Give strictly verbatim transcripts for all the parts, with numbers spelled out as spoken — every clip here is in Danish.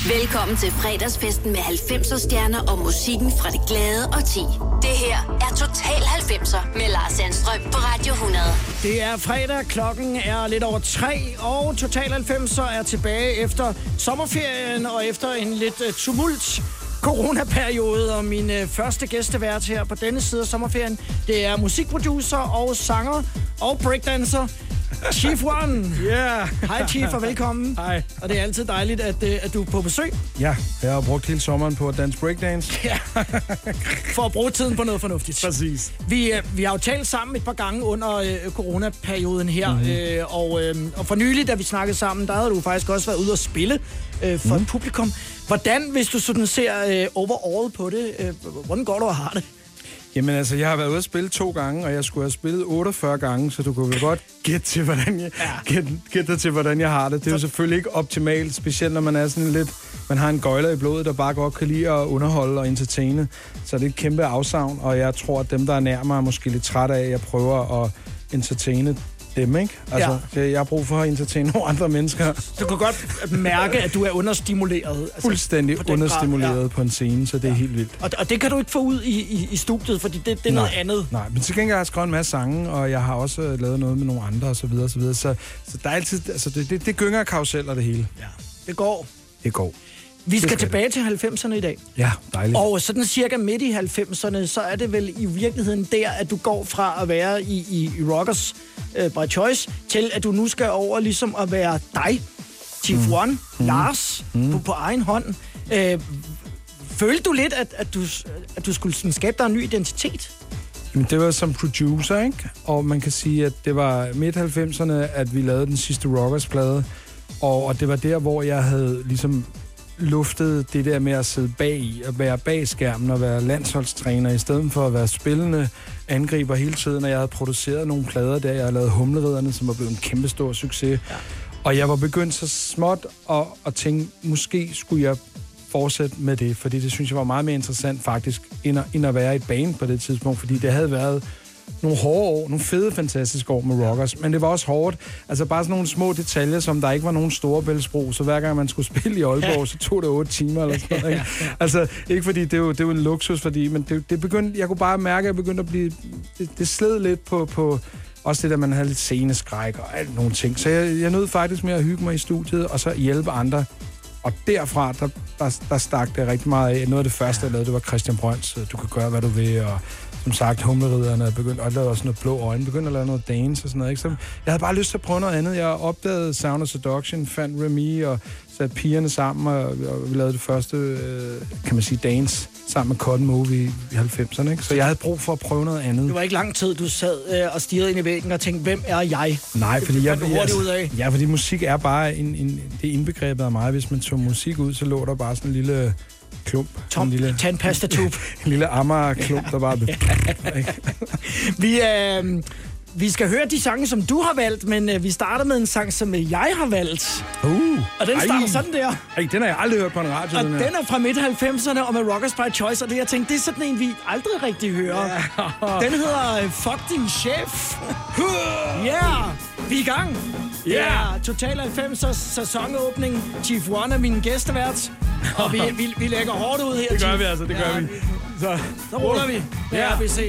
Velkommen til fredagsfesten med halvfemser stjerner og musikken fra det glade og ti. Det her er Total halvfemser med Lars Sandstrøm på Radio hundrede. Det er fredag, klokken er lidt over tre, og Total halvfemser er tilbage efter sommerferien og efter en lidt uh, tumult coronaperiode. Og min uh, første gæstevært her på denne side af sommerferien, det er musikproducer og sanger og breakdancer Chief One. Yeah. Hej Chief, og velkommen. Hej. Og det er altid dejligt, at, at du er på besøg. Ja, jeg har brugt hele sommeren på at danse breakdance. Ja, for at bruge tiden på noget fornuftigt. Præcis. Vi, vi har jo talt sammen et par gange under øh, coronaperioden her, mm-hmm. øh, og, øh, og for nylig, da vi snakkede sammen, der havde du faktisk også været ude og spille øh, for mm. et publikum. Hvordan, hvis du sådan ser øh, overall på det, øh, hvordan går du og har det? Jamen altså, jeg har været ude at spille to gange, og jeg skulle have spillet otteogfyrre gange, så du kunne vel godt gætte til, hvordan jeg, ja. gætte, gætte til, hvordan jeg har det. Det er jo selvfølgelig ikke optimalt, specielt når man er sådan lidt, man har en gøjler i blodet, der bare godt kan lide at underholde og entertaine. Så det er et kæmpe afsavn, og jeg tror, at dem, der er nær mig, er måske lidt trætte af, at jeg prøver at entertaine dem, ikke? Altså, ja. Jeg har brug for at entertaine nogle andre mennesker. Du kan godt mærke, at du er understimuleret. Altså, fuldstændig understimuleret ja. på en scene, så det er ja. helt vildt. Og, og det kan du ikke få ud i, i, i studiet, fordi det, det er nej, noget andet. Nej, men til gengæld har jeg skrevet en masse sange, og jeg har også lavet noget med nogle andre, og så videre, og så videre. Så, så der er altid, altså det, det, det gynger karuseller det hele. Ja. Det går. Det går. Vi skal tilbage til halvfemserne i dag. Ja, dejligt. Og sådan cirka midt i halvfemserne, så er det vel i virkeligheden der, at du går fra at være i, i, i Rockers uh, by Choice, til at du nu skal over ligesom at være dig, Chief mm. One, mm. Lars, mm. På, på egen hånd. Uh, følte du lidt, at, at, du, at du skulle sådan skabe dig en ny identitet? Jamen, det var som producer, ikke? Og man kan sige, at det var midt halvfemserne, at vi lavede den sidste Rockers-plade. Og, og det var der, hvor jeg havde ligesom luftede det der med at sidde bag i, at være bag skærmen og være landsholdstræner, i stedet for at være spillende angriber hele tiden. Og jeg havde produceret nogle plader der, jeg havde lavet Humleridderne, som var blevet en kæmpestor succes. Ja. Og jeg var begyndt så småt at, at tænke, måske skulle jeg fortsætte med det, fordi det synes jeg var meget mere interessant faktisk, end at, end at være i et band på det tidspunkt, fordi det havde været nogle hårde år, nogle fede, fantastiske år med Rockers, men det var også hårdt. Altså bare sådan nogle små detaljer, som der ikke var nogen storebæltsbro, så hver gang man skulle spille i Aalborg, så tog det otte timer eller sådan noget. Ikke? Altså ikke fordi det er jo, det er jo en luksus, fordi, men det, det begyndte, jeg kunne bare mærke, at jeg begyndte at blive, det, det sled lidt på, på også det der, man havde lidt sceneskræk og alt nogle ting. Så jeg, jeg nød faktisk med at hygge mig i studiet, og så hjælpe andre. Og derfra, der, der, der stak det rigtig meget af. Noget af det første, jeg lavede, det var Christian Brøns. Du kan gøre, hvad du vil, og som sagt, Humleridderne er begyndt, og jeg lavede også noget blå øjne, begyndte at lave noget dance og sådan noget, ikke? Så jeg havde bare lyst til at prøve noget andet. Jeg opdagede Sound of Seduction, fandt Remy og satte pigerne sammen, og, og vi lavede det første, øh, kan man sige, dance sammen med Cotton Movie i halvfemserne, ikke? Så jeg havde brug for at prøve noget andet. Det var ikke lang tid, du sad øh, og stirrede ind i væggen og tænkte, hvem er jeg? Nej, fordi jeg... jeg ud af. Ja, fordi musik er bare en, en, det er indbegrebet af mig. Hvis man tog musik ud, så lå der bare sådan en lille klump. Tom, lille tandpastatube. En lille Amager-klump, der bare... vi, øh, vi skal høre de sange, som du har valgt, men øh, vi starter med en sang, som jeg har valgt. Uh, og den starter ej. sådan der. Ej, den har jeg aldrig hørt på en radio. Og den, den er fra midt halvfemserne og med Rockers by Choice, og det jeg tænkte, det er sådan en, vi aldrig rigtig hører. Yeah. Den hedder Fuck din chef. Ja, yeah. Vi er i gang. Ja, yeah. Total halvfemsers sæsonåbning. Chief One er min gæstevært. Og vi, vi, vi lægger hårdt ud her. Det gør Chief. vi altså, det gør ja, vi. Så, så ruller vi. Ja, vi ser.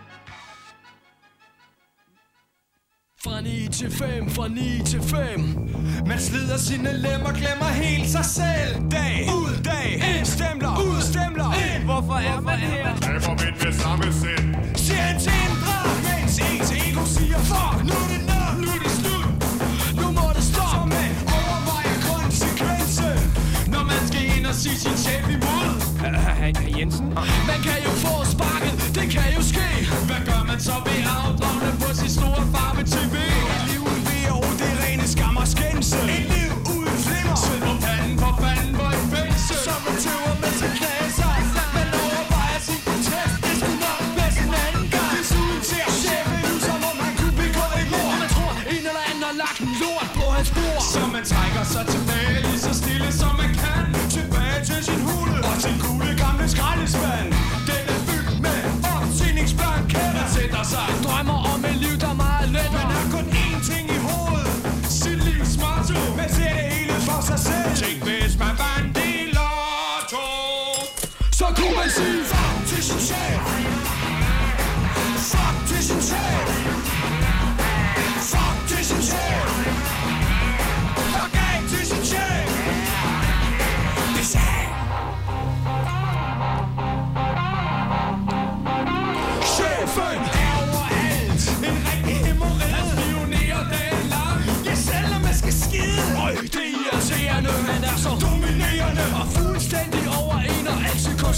Fra ni til fem, fra ni til fem. Man slider sine lemmer, glemmer helt sig selv. Dag ud, dag ind, stemler ud, stemler ind. Hvorfor er man her? Derfor vind med samme sind. Siger en til en drag, mens en til ego siger fuck. Nu er det nok, nu er det slut. Nu må det stoppe. Så man overvejer konsekvensen, når man skal ind og sige sin chef imod. Hej Jensen. Man kan jo få sparket, det kan jo ske. Hvad gør man så ved afdragene på sin store farve-tv? Et liv uden V O, det er rene skam og skændsel. Et liv uden flimmer. Sved på panden, for fanden, hvor i fængsel. Som man tøver med sin knæser. Man overvejer sin protest. Det skulle nok bedst en anden gang. Desuden ser chefen ud, som om han kunne begå et mord. Man tror, en eller anden har lagt en lort på hans bord. Så man trækker sig tilbage, lige så stille som man kan. Tilbage til sin hule og sin gule gamle skraldespand. Den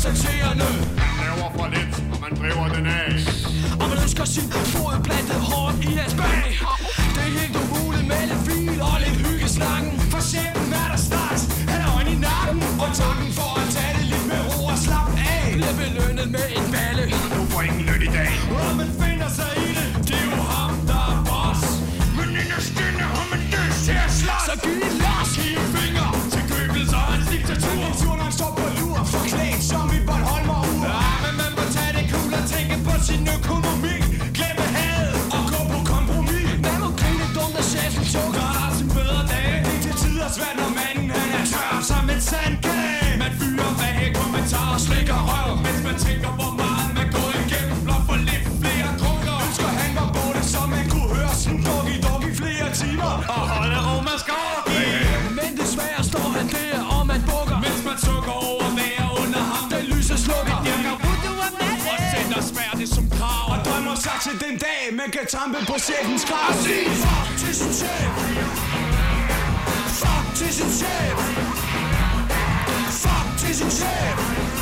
senserende. Man laver for lidt, og man driver den af. Og man ønsker sin fod plantet hårdt i hans bag. Det er helt umuligt med lidt fil og lidt hyggeslangen. For chefen er der snart, han har øjne i nakken. Og tanken for at tage det lidt med ro og slappe af bliver belønnet med en balle. Du får ingen løn i dag. Og man finder sig i det, det er jo ham, der er boss. Men inderst inde har man lyst til at slås. Så giv en los, giv en finger til købels og hans diktatur. Diktaturen han står på lur, forklædt som i Bornholmer ur. Ja, men man må tage det cool og tænke på sin økonomi. Glemme had og gå på kompromis. Man må grine dumt af chefen tog, gør der sin bedre dage. Det er til tider svært, når manden han er tør som en sandkage. Man fyrer vage kommentarer og slikker røv, mens man tænker, hvor meget man går igennem. Blot for lidt flere drunker. Ønsker han var borte, så man kunne høre sin dog i dog i flere timer. Og holde ro, man skal overgive. Men desværre står han der, og man bukker, mens man sukker over vejr under ham. Den lyse slukker. Og sender svært som krav. Og drømmer sig til den dag, man kan trampe på chefens krav. Og sig fuck til sin chef. Fuck til sin chef. Fuck til sin chef.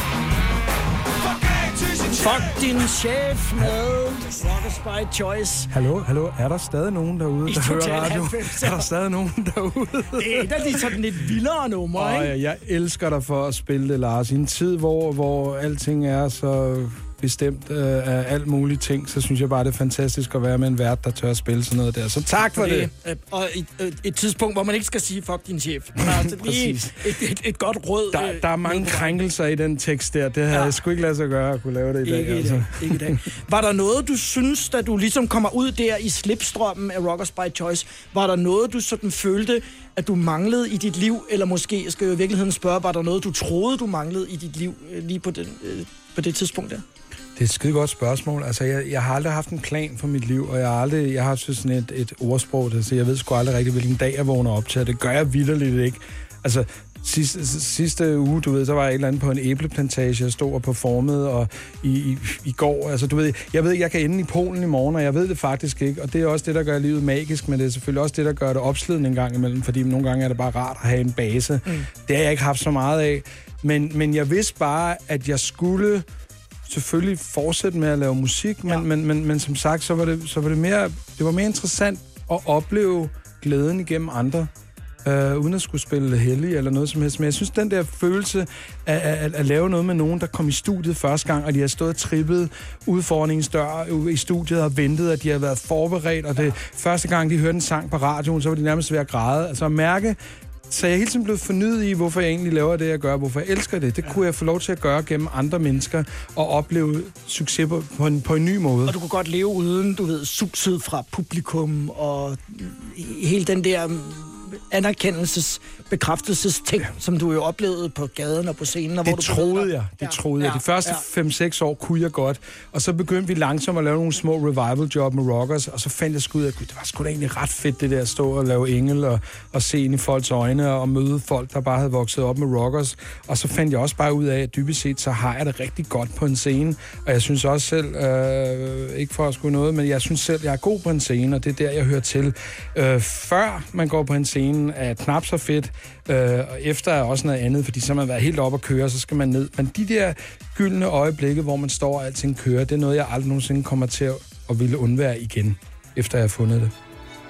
Fuck af til sin chef. Fuck din chef med Rockers by Choice. Hallo, hallo, er der stadig nogen derude, I der hører Total radio? halvfemser. Er der stadig nogen derude? Det er et af de sådan lidt vildere numre, Og ikke? jeg elsker dig for at spille det, Lars. I en tid, hvor, hvor alting er så bestemt øh, af alt mulige ting, så synes jeg bare, det er fantastisk at være med en vært, der tør at spille sådan noget der. Så tak for det. det. Og et, et, et tidspunkt, hvor man ikke skal sige, fuck din chef. Men altså lige et, et, et godt råd. Der, der er mange krænkelser i den tekst der. Det havde ja. jeg sgu ikke ladet sig gøre at kunne lave det i dag. Ikke i altså. dag. Ikke i dag. Var der noget, du synes, da du ligesom kommer ud der i slipstrømmen af Rockers by Choice, var der noget, du sådan følte, at du manglede i dit liv? Eller måske, skal jeg i virkeligheden spørge, var der noget, du troede, du manglede i dit liv lige på, den, øh, på det tidspunkt der? Det er et skide godt spørgsmål. Altså, jeg, jeg har aldrig haft en plan for mit liv, og jeg har aldrig, jeg har sådan et, et ordsprog, så jeg ved sgu aldrig rigtig, hvilken dag jeg vågner op til, og det gør jeg vitterligt ikke. Altså, sidste, sidste uge, du ved, så var jeg et eller andet på en æbleplantage, jeg stod og performede, og i, i, i går, altså du ved, jeg ved, jeg kan ende i Polen i morgen, og jeg ved det faktisk ikke, og det er også det, der gør livet magisk, men det er selvfølgelig også det, der gør det opslidende en gang imellem, fordi nogle gange er det bare rart at have en base. Mm. Det har jeg ikke haft så meget af, men, men jeg vidste bare, at jeg skulle selvfølgelig fortsætte med at lave musik, men, ja. men, men, men som sagt, så var det, så var det mere, det var mere interessant at opleve glæden igennem andre, øh, uden at skulle spille hellig eller noget som helst. Men jeg synes, den der følelse af at, at lave noget med nogen, der kom i studiet første gang, og de har stået og trippet ude foran ens dør i studiet og ventet, at de har været forberedt, og det første gang, de hørte en sang på radioen, så var de nærmest ved at græde. Altså at mærke, så jeg er hele tiden blevet fornyet i, hvorfor jeg egentlig laver det, jeg gør, hvorfor jeg elsker det. Det kunne jeg få lov til at gøre gennem andre mennesker og opleve succes på, på, en, på en ny måde. Og du kunne godt leve uden, du ved, suset fra publikum og hele den der anerkendelses, bekræftelsesting, ja. som du jo oplevede på gaden og på scenen. Og det hvor du troede jeg. Det ja. troede jeg. Ja. De første fem seks år kunne jeg godt. Og så begyndte vi langsomt at lave nogle små revival job med Rockers, og så fandt jeg sgu ud af, at det var sgu da egentlig ret fedt, det der at stå og lave engel og, og se ind i folks øjne og møde folk, der bare havde vokset op med Rockers. Og så fandt jeg også bare ud af, at dybest set, så har jeg det rigtig godt på en scene. Og jeg synes også selv, øh, ikke for at skulle noget, men jeg synes selv, jeg er god på en scene, og det er der, jeg hører til. Øh, før man går på en scene, er knap så fedt, øh, og efter er også noget andet, fordi så har man været helt op at køre, så skal man ned. Men de der gyldne øjeblikke, hvor man står og alting kører, det er noget, jeg aldrig nogensinde kommer til at, at ville undvære igen, efter jeg har fundet det.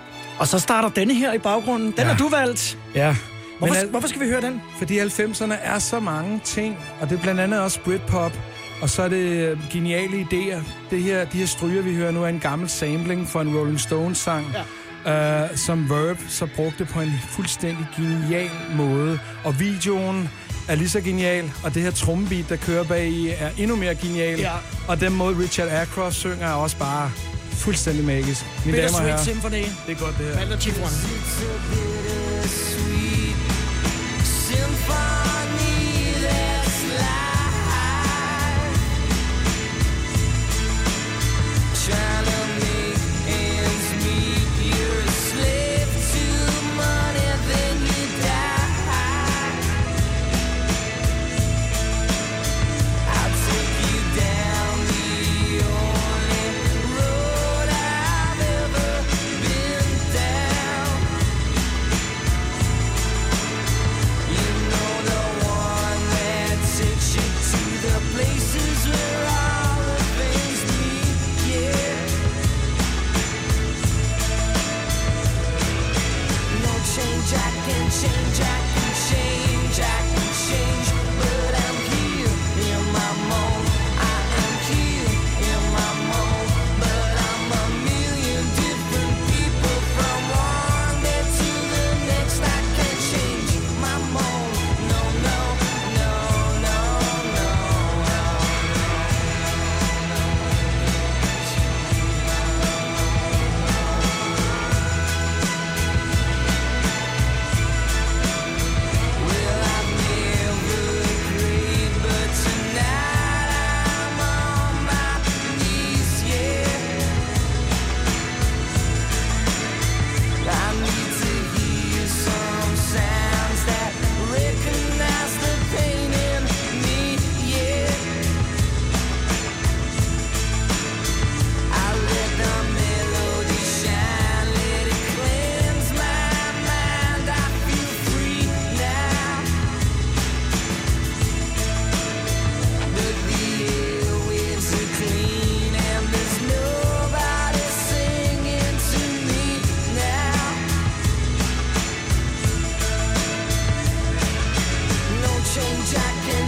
Og så starter denne her i baggrunden. Den ja. har du valgt. Ja. Hvorfor, al- hvorfor skal vi høre den? Fordi halvfemserne er så mange ting, og det er blandt andet også Britpop, og så er det geniale idéer. Det her, de her stryger, vi hører nu, er en gammel sampling for en Rolling Stones-sang. Ja. Uh, som Verb så brugte på en fuldstændig genial måde. Og videoen er lige så genial, og det her trommebeat, der kører bag i, er endnu mere genial. Ja. Og den måde Richard Ashcroft synger er også bare fuldstændig magisk. Mine damer og herrer, Symphony. det er godt det her. Valder Chief One.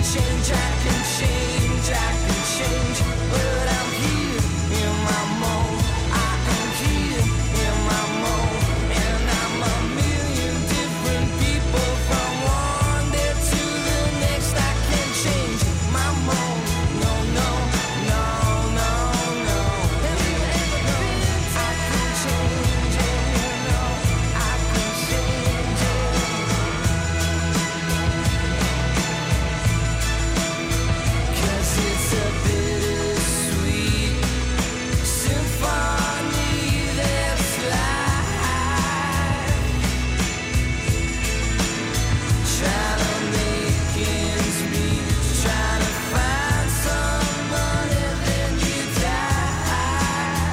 change, I can change, I can change, but I'm here in my mode. I am here in my mode, and I'm a million different people from one day to the next. I can't change my mode. No, no, no, no, no. I can change it, you know. I can change it. Cause it's a bittersweet symphony that's life. Trying to make ends meet, trying to find somebody, then you die.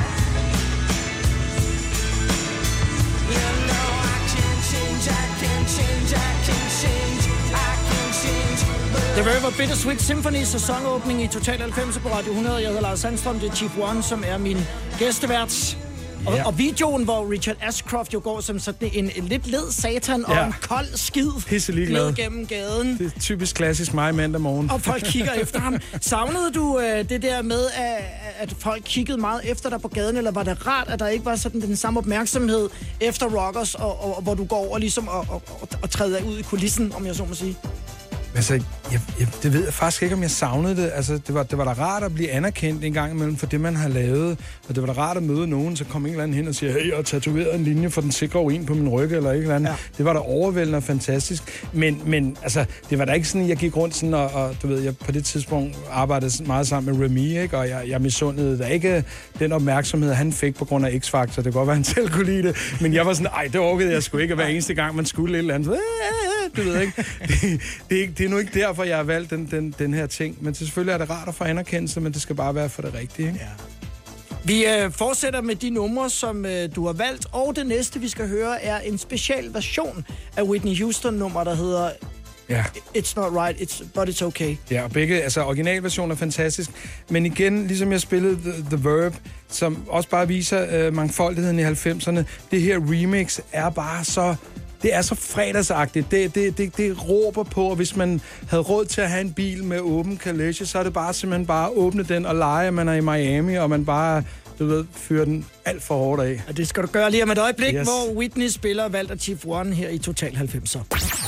You know I can change, I can change, I can change, I can change, but The River Bittersweet Symphony, sæsonåbning i Total halvfems på Radio hundrede. Jeg hedder Lars Sandstrøm, det er Chief One, som er min gæstevært. Og, Ja. og videoen, hvor Richard Ashcroft jo går som sådan en, en lidt led satan og Ja. en kold skid Pisse ligeglad. ned gennem gaden. Det er typisk klassisk mig mandag morgen. Og folk kigger efter ham. Savnede du øh, det der med, at, at folk kiggede meget efter dig på gaden, eller var det rart, at der ikke var sådan den samme opmærksomhed efter Rockers, og, og, og hvor du går over ligesom og, og, og, og træder ud i kulissen, om jeg så må sige? Altså, jeg, jeg, det ved jeg faktisk ikke, om jeg savnede det. Altså, det var, det var da rart at blive anerkendt en gang imellem for det, man har lavet. Og det var da rart at møde nogen, så kom en eller anden hen og siger, hey, jeg har tatoveret en linje for den sikre urin på min ryg, eller et eller andet. Ja. Det var da overvældende og fantastisk. Men, men altså, det var da ikke sådan, at jeg gik rundt sådan, og, og du ved, jeg på det tidspunkt arbejdede meget sammen med Remy, ikke? Og jeg, jeg misundede da ikke den opmærksomhed, han fik på grund af X-Factor. Det kan godt være, han selv kunne lide det. Men jeg var sådan, ej, det orkede jeg sgu ikke, hver eneste gang, man skulle et eller andet. Du ved ikke. Det, det, er ikke, det er nu ikke derfor, jeg har valgt den, den, den her ting. Men selvfølgelig er det rart at få anerkendelse, men det skal bare være for det rigtige. Ikke? Ja. Vi øh, fortsætter med de numre, som øh, du har valgt, og det næste, vi skal høre, er en special version af Whitney Houston-nummer, der hedder Ja. It's Not Right, it's, But It's Okay. Ja, og begge, altså originalversionen er fantastisk. Men igen, ligesom jeg spillede The, The Verb, som også bare viser øh, mangfoldigheden i halvfemserne, det her remix er bare så... Det er så fredagsagtigt. Det, det, det, det råber på, og hvis man havde råd til at have en bil med åben kalesje, så er det bare simpelthen bare at åbne den og lege, at man er i Miami, og man bare, du ved, fyrer den alt for hårdt af. Og det skal du gøre lige om et øjeblik, Yes. hvor Whitney spiller valgt af Chief One her i Total halvfemser.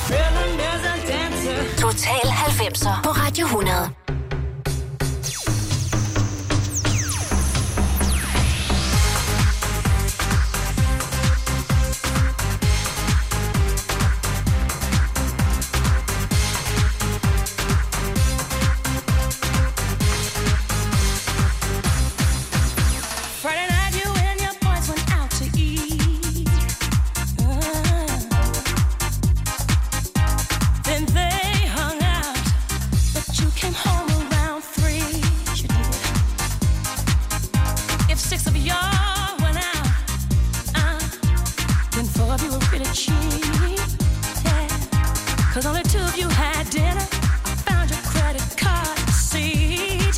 Total halvfemser på Radio hundrede. Friday night, you and your boys went out to eat. Uh, then they hung out, but you came home around three. You did. If six of y'all went out, uh, then four of you were pretty cheap. Yeah, 'cause only two of you had dinner. I found your credit card receipt.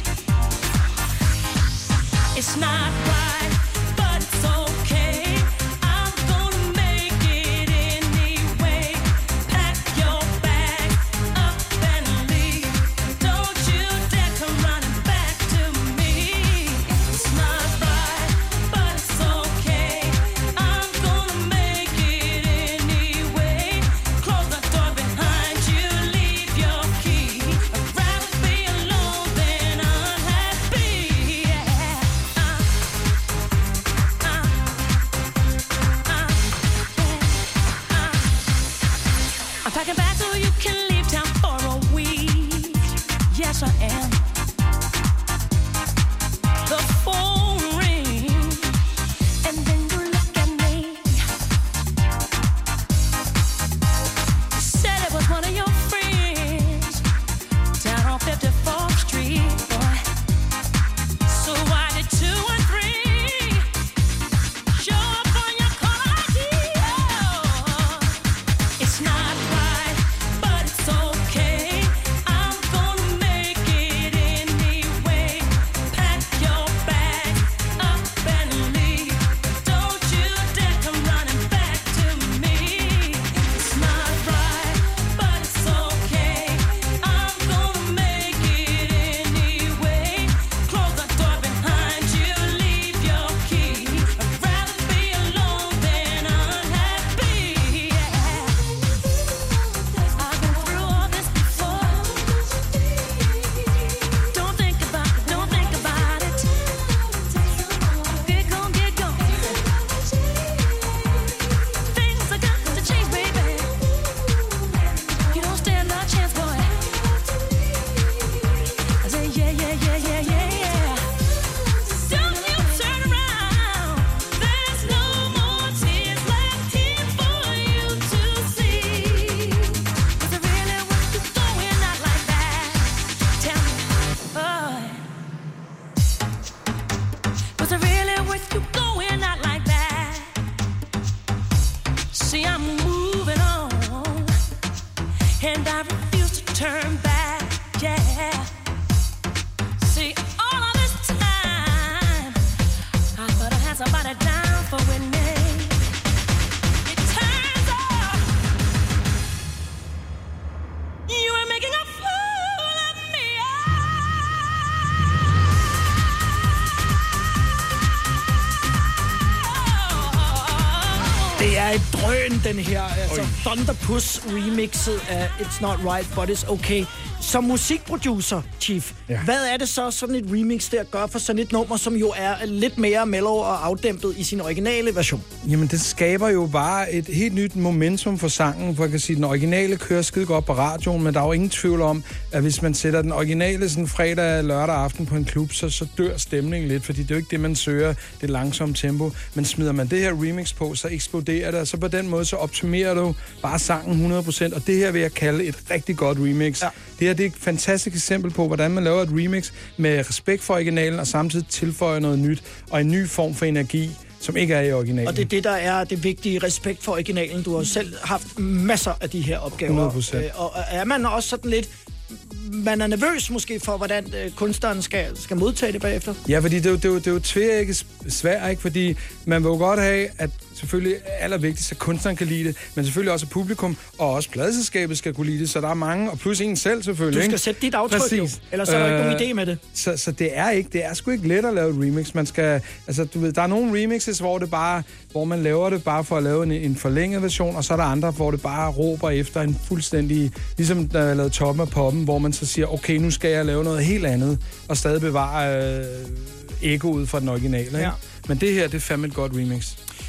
It's not right, but it's okay. I'm gonna make it anyway. Pack your bag up and leave. Don't you dare come running back to me. It's not right, but it's okay. I'm gonna make it anyway. Close the door behind you, leave your key. I'd rather be alone than unhappy. Yeah. I'm packing back so you can leave town for a week. Yes, I am. The phone rings, and then you look at me. Said it was one of your friends down on fifty-fourth Street, boy. So why did two and three show up on your call I D? Oh, it's not right, but it's okay. I'm gonna make it turn back, yeah. See, all of this time, I thought I had somebody down for winning. It turns out you were making a fool of me. Det er et drøn, den her. Altså, Thunderpuss remixet af It's Not Right, But It's Okay. Som musikproducer, Chief, ja. Hvad er det så, sådan et remix der gør for sådan et nummer, som jo er lidt mere mellow og afdæmpet i sin originale version? Jamen, det skaber jo bare et helt nyt momentum for sangen, for jeg kan sige, den originale kører skide godt på radioen, men der er jo ingen tvivl om, at hvis man sætter den originale sådan fredag, lørdag aften på en klub, så, så dør stemningen lidt, fordi det er jo ikke det, man søger, det langsomme tempo. Men smider man det her remix på, så eksploderer det, og så på den måde, så optimerer du bare sangen hundrede procent, og det her vil jeg kalde et rigtig godt remix. Ja. Det her det er et fantastisk eksempel på, hvordan man laver et remix med respekt for originalen, og samtidig tilføjer noget nyt, og en ny form for energi, som ikke er i originalen. Og det er det, der er det vigtige, respekt for originalen. Du har jo selv haft masser af de her opgaver. hundrede procent. Øh, og er man også sådan lidt... Man er nervøs måske for, hvordan øh, kunstneren skal, skal modtage det bagefter? Ja, fordi det er jo, det er jo, det er jo tvækket svært, ikke? Fordi man vil jo godt have, at selvfølgelig allervigtigst, at kunstneren kan lide det, men selvfølgelig også publikum, og også pladeselskabet skal kunne lide det, så der er mange, og plus en selv selvfølgelig. Du skal ikke? sætte dit aftryk, jo, ellers er der øh, ikke nogen idé med det. Så, så det er ikke, det er sgu ikke let at lave et remix. Man skal, altså du ved, der er nogle remixes, hvor det bare, hvor man laver det bare for at lave en, en forlænget version, og så er der andre, hvor det bare råber efter en fuldstændig, ligesom der er lavet Toppen af Poppen, hvor man så siger, okay, nu skal jeg lave noget helt andet, og stadig bevare øh, egoet fra den originale. Ikke? Ja. Men det her, det er fandme et godt remix.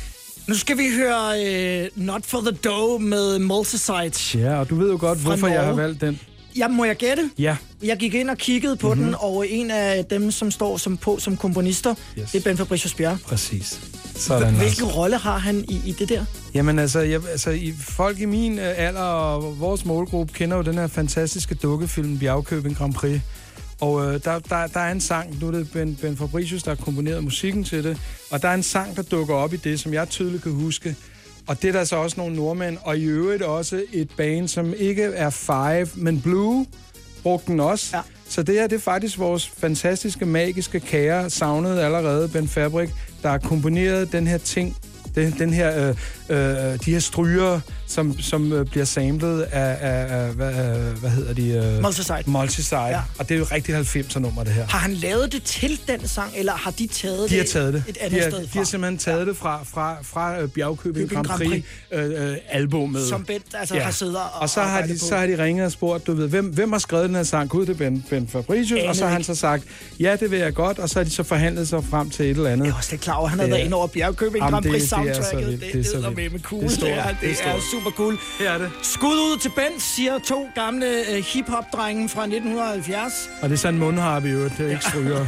Nu skal vi høre øh, Not for the Dough med Multisite. Ja, og du ved jo godt, hvorfor Norge. jeg har valgt den. Ja, må jeg gætte? Ja. Jeg gik ind og kiggede på mm-hmm. den, og en af dem, som står som på som komponister, Yes. det er Ben Fabricius Bjerre. Præcis. Sådan. Hvilken rolle har han i, i det der? Jamen altså, jeg, altså i, folk i min øh, alder og vores målgruppe kender jo den her fantastiske dukkefilm Bjergkøbing Grand Prix. Og øh, der, der, der er en sang, nu er det Ben, Ben Fabricius, der har komponeret musikken til det, og der er en sang, der dukker op i det, som jeg tydeligt kan huske. Og det er der så også nogle nordmænd, og i øvrigt også et band, som ikke er Five, men Blue, brugte den også. Ja. Så det her, det er faktisk vores fantastiske, magiske kære, savnede allerede Ben Fabrik, der har komponeret den her ting, den, den her, øh, øh, de her stryger, som, som øh, bliver samlet af, af, af hvad, øh, hvad hedder de? Øh, Multisite. Multisite. Ja. Og det er jo rigtig halvfemser nummer, det her. Har han lavet det til den sang, eller har de taget de det, har taget det et andet de har, sted fra? De har simpelthen taget ja. det fra, fra, fra Bjergkøbing Grand Prix, øh, øh, albumet. Som Ben altså ja. har siddet og... Og så har, de, så har de ringet og spurgt, du ved, hvem, hvem har skrevet den her sang? Gud, det er Ben, Ben Fabricius. Ane og så har han så sagt, ja, det vil jeg godt. Og så har de så forhandlet sig frem til et eller andet. Jeg er også lidt klar over, han havde været inde over Bjergkøbing Grand Prix soundtracket. Det, det, det er med med cool. Det, det, er, det, det er super cool. Her er det. Skud ud til Ben, siger to gamle uh, hip-hop-drenge fra nitten halvfjerds. Og det er sådan en mundharpe i øvrigt, det er ikke stryger.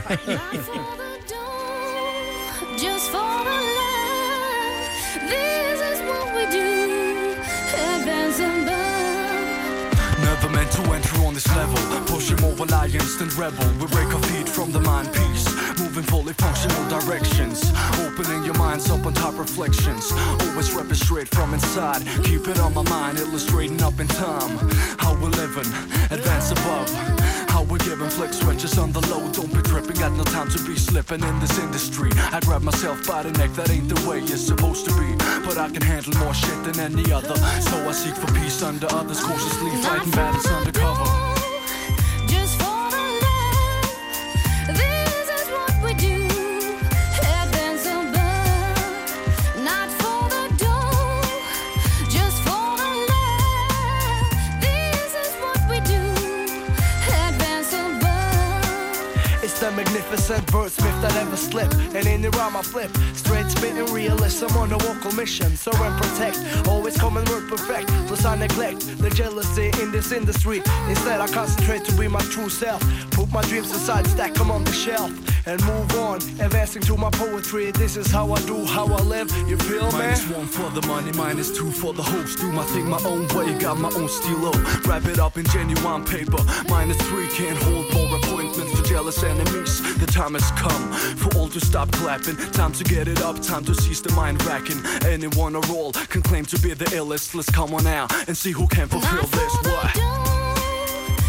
Just for the love, this is what we do. Advance and burn. Never meant to enter on this level. Pushing more reliance than rebel. We break our feet from the mind piece. Moving fully functional directions. Opening your minds up on top reflections. Always repping straight from inside. Keep it on my mind, illustrating up in time. How we're living, advance above. How we're giving flex switches on the low. Don't be tripping, got no time to be slipping in this industry. I grab myself by the neck, that ain't the way it's supposed to be. But I can handle more shit than any other. So I seek for peace under others, cautiously fighting battles undercover. Just for the love, this is what we do. Advance and burn. Not for the dough, just for the love. This is what we do. Advance and burn. It's the magnificent wordsmith that never slip. And in the rhyme I flip, straight spitting realism on a vocal mission. So and protect, always come and work perfect. Plus I neglect the jealousy in this industry. Instead I concentrate to be my true self. Put my dreams aside, stack them on the shelf. And move on, advancing to my poetry. This is how I do, how I live, you feel me? Minus one for the money, minus two for the host. Do my thing my own way, got my own stilo. Wrap it up in genuine paper. Minus three, can't hold more appointments for jealous enemies. The time has come for all to stop clapping. Time to get it up, time to cease the mind racking. Anyone or all can claim to be the illest. Let's come on out and see who can fulfill Not this. for the What? dough,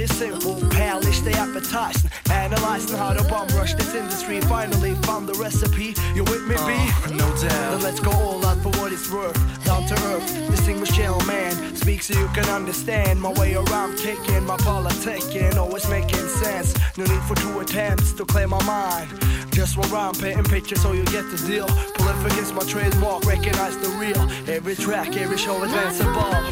pretty simple. Palish, they appetizing. Analyzing how the bomb rush this industry. Finally found the recipe. You with me, B? Uh, no doubt. Then let's go all out for what it's worth. Down to earth, distinguished gentleman. Speak so you can understand. My way around kicking, my politicking. Always making sense. No need for two attempts to clear my mind. Just one rhyme, painting pictures so you get the deal. Prolific is my trademark, recognize the real. Every track, every show advance above.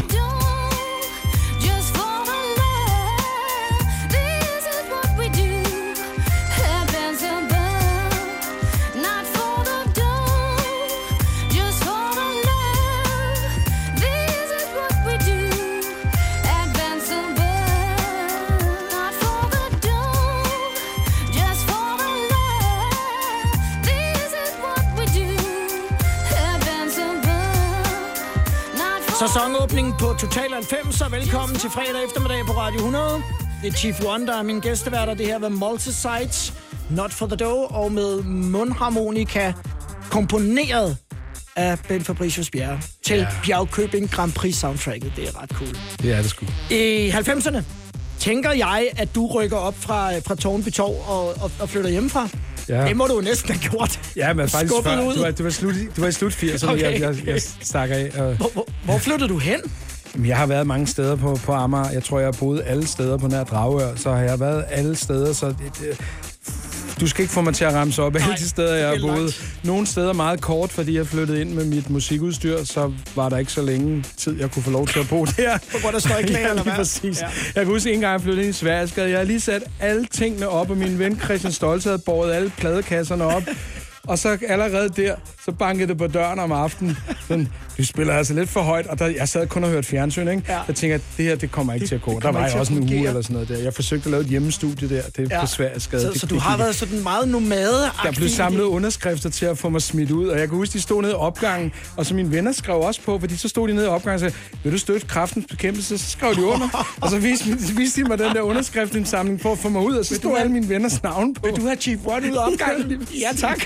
Sæsonåbning på Total halvfems, og velkommen til fredag eftermiddag på Radio hundrede. Det er Chief One, der er min gæsteværter. Det her var Multisites, Not for the Dough, og med mundharmonika komponeret af Ben Fabricius Bjerre til ja. Bjergkøbing Grand Prix soundtracket. Det er ret cool. Det er det sgu. I halvfemserne tænker jeg, at du rykker op fra, fra Tårnby Torv og, og, og flytter hjemmefra. Ja. Det må du jo næsten have gjort. Ja, men faktisk før. Du var, du var, slut, du var i slut firserne, okay. jeg, jeg, jeg stakker af. Og... Hvor, hvor, hvor flyttede du hen? Jamen, jeg har været mange steder på, på Amager. Jeg tror, jeg har boet alle steder på nær Dragør. Så har jeg været alle steder, så... Det, det, du skal ikke få mig til at ramse op alle de steder, jeg har boet. Nogle steder meget kort, fordi jeg flyttede ind med mit musikudstyr, så var der ikke så længe tid, jeg kunne få lov til at bo der. Hvor der står ikke eller hvad? Præcis. Ja. Jeg kan huske, en gang jeg flyttede ind i Sverige, jeg havde lige sat alle tingene op, og min ven Christian Stoltz havde båret alle pladekasserne op. Og så allerede der, så bankede det på døren om aftenen. Sådan, du spiller altså lidt for højt, og der, jeg sad kun og hørte fjernsyn, ikke? Ja. Jeg tænkte, at det her, det kommer ikke det, til at gå. Der var jeg også en uge eller sådan noget der. Jeg forsøgte at lave et hjemmestudie der. Det er ja. på svært skade. Så, det, så du det, har det, været sådan meget nomade-agtig? Der blev samlet underskrifter til at få mig smidt ud, og jeg kan huske, de stod nede i opgangen, og så mine venner skrev også på, fordi så stod de nede i opgangen og sagde, vil du støtte Kræftens Bekæmpelse? Så skrev de under, og så viste, viste de mig den der underskriftsindsamling for at få mig ud, og så stod alle mine venners navn på. Vil du have Chief One ud af opgangen? Ja, tak.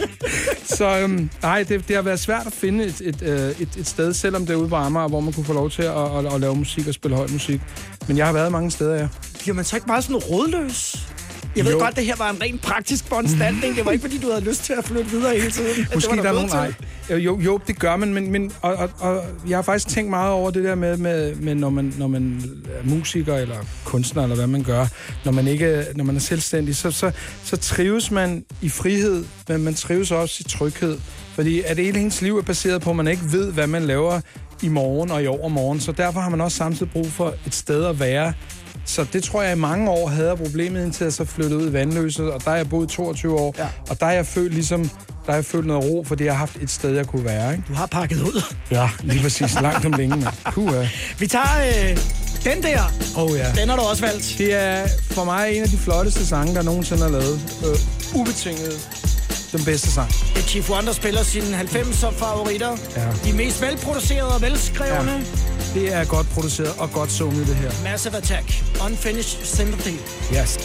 Så øhm, nej, det, det har været svært at finde et, et, et, et, et sted, selvom det er ude på Amager, hvor man kunne få lov til at, at, at lave musik og spille høj musik. Men jeg har været mange steder, ja. Bliver man så ikke meget sådan rådløs? Jeg ved jo. godt, det her var en rent praktisk foranstaltning. Det var ikke, fordi du havde lyst til at flytte videre hele tiden. Måske der, der er nogen, nej. Jo, jo, det gør man, men, men og, og, og jeg har faktisk tænkt meget over det der med, med, med når, man, når man er musiker eller kunstner, eller hvad man gør. Når man, ikke, når man er selvstændig, så, så, så trives man i frihed, men man trives også i tryghed. Fordi at hele hendes liv er baseret på, at man ikke ved, hvad man laver i morgen og i overmorgen. Så derfor har man også samtidig brug for et sted at være. Så det tror jeg i mange år havde jeg problemet, indtil jeg så flyttede ud i Vandløse, og der har jeg boet toogtyve år, ja. Og der har jeg følt ligesom, der har jeg følt noget ro, fordi jeg har haft et sted, jeg kunne være, ikke? Du har pakket ud. Ja, lige præcis, langt om længe, man. Puha. Vi tager øh, den der. Oh, ja. Den har du også valgt. Det er for mig en af de flotteste sange, der nogensinde har lavet. Øh, ubetinget den bedste sang. Det er Chief One, der spiller sine halvfemser favoritter. Ja. De mest velproducerede og velskrevne. Ja. Det er godt produceret og godt sunget, det her. Massive Attack. Unfinished Sympathy. Yes.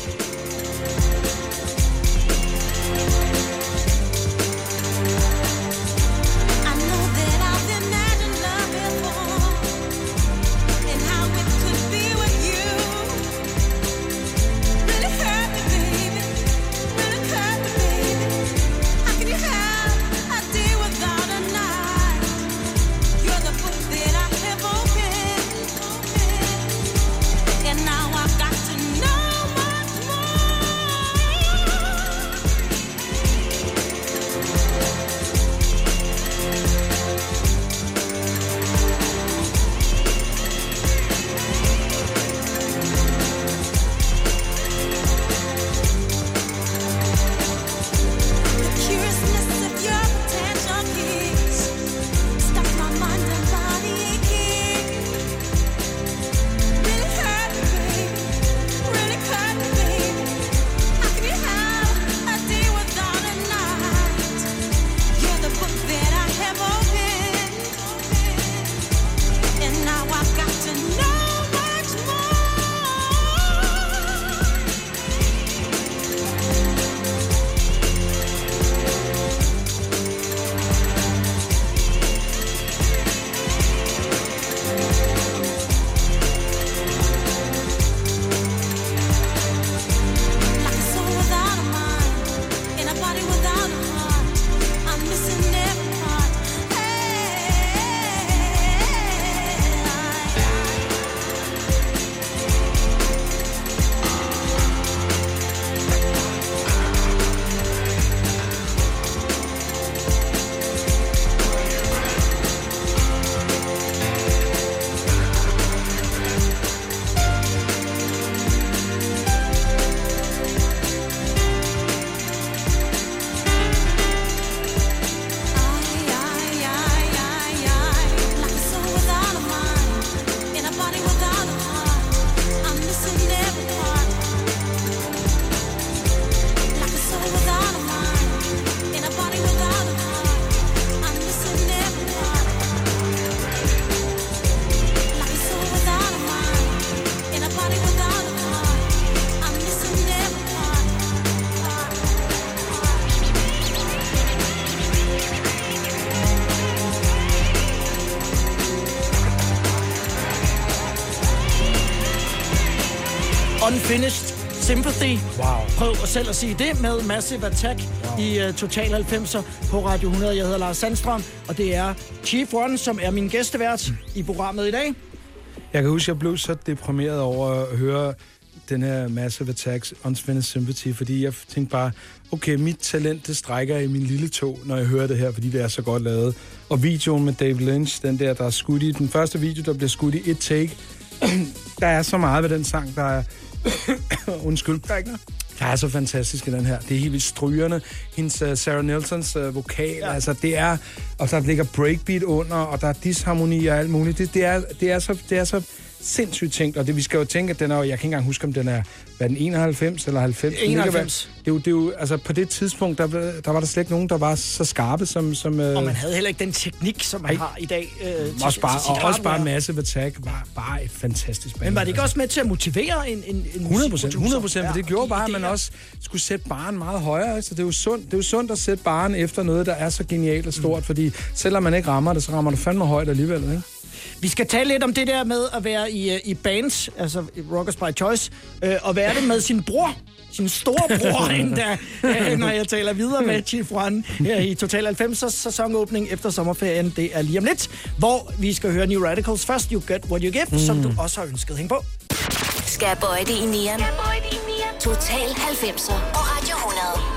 And now I've got to know much more. Unfinished Sympathy. Wow. Prøv selv at sige det med Massive Attack wow. i uh, Total halvfemser på Radio hundrede. Jeg hedder Lars Sandstrøm, og det er Chief One, som er min gæstevært mm. i programmet i dag. Jeg kan huske, at jeg blev så deprimeret over at høre den her Massive Attacks Unfinished Sympathy, fordi jeg tænkte bare, okay, mit talent, det strækker i min lille tog, når jeg hører det her, fordi det er så godt lavet. Og videoen med David Lynch, den der, der er skudt i, den første video, der bliver skudt i et take, der er så meget ved den sang, der er... Undskyld. Der er ikke noget. Der er så fantastisk i den her. Det er helt vildt strygerne. Hendes uh, Sarah Nelsons uh, vokal, ja. altså det er... Og der ligger breakbeat under, og der er disharmoni og alt muligt. Det, det, er, det, er, så, det er så sindssygt tænkt, og det, vi skal jo tænke, at den er... Jeg kan ikke engang huske, om den er... Hvad er den, enoghalvfems eller halvfems? enoghalvfems. Det er jo, det er jo, altså på det tidspunkt, der, der var der slet ikke nogen, der var så skarpe som... som øh... Og man havde heller ikke den teknik, som man Ej. har i dag. Øh, til, også bare, til og også bare Massive Attack var bare et fantastisk band. Men var det ikke også med til at motivere en, en, en hundrede procent, hundrede procent, ja, for det gjorde bare, at man også skulle sætte barren meget højere. Så det er jo sundt, det er jo sundt at sætte barren efter noget, der er så genialt og stort, mm. fordi selvom man ikke rammer det, så rammer det fandme højt alligevel, ikke? Vi skal tale lidt om det der med at være i, i bands, altså Rockers by Choice, øh, og være det med sin bror, sin store bror, endda, øh, når jeg taler videre med Chief One her i Total halvfemser sæsonåbning efter sommerferien. Det er lige om lidt, hvor vi skal høre New Radicals først, You Get What You Give, mm. som du også har ønsket. Hæng på. Skal jeg bøje det i nieren? Total halvfemser på Radio hundrede.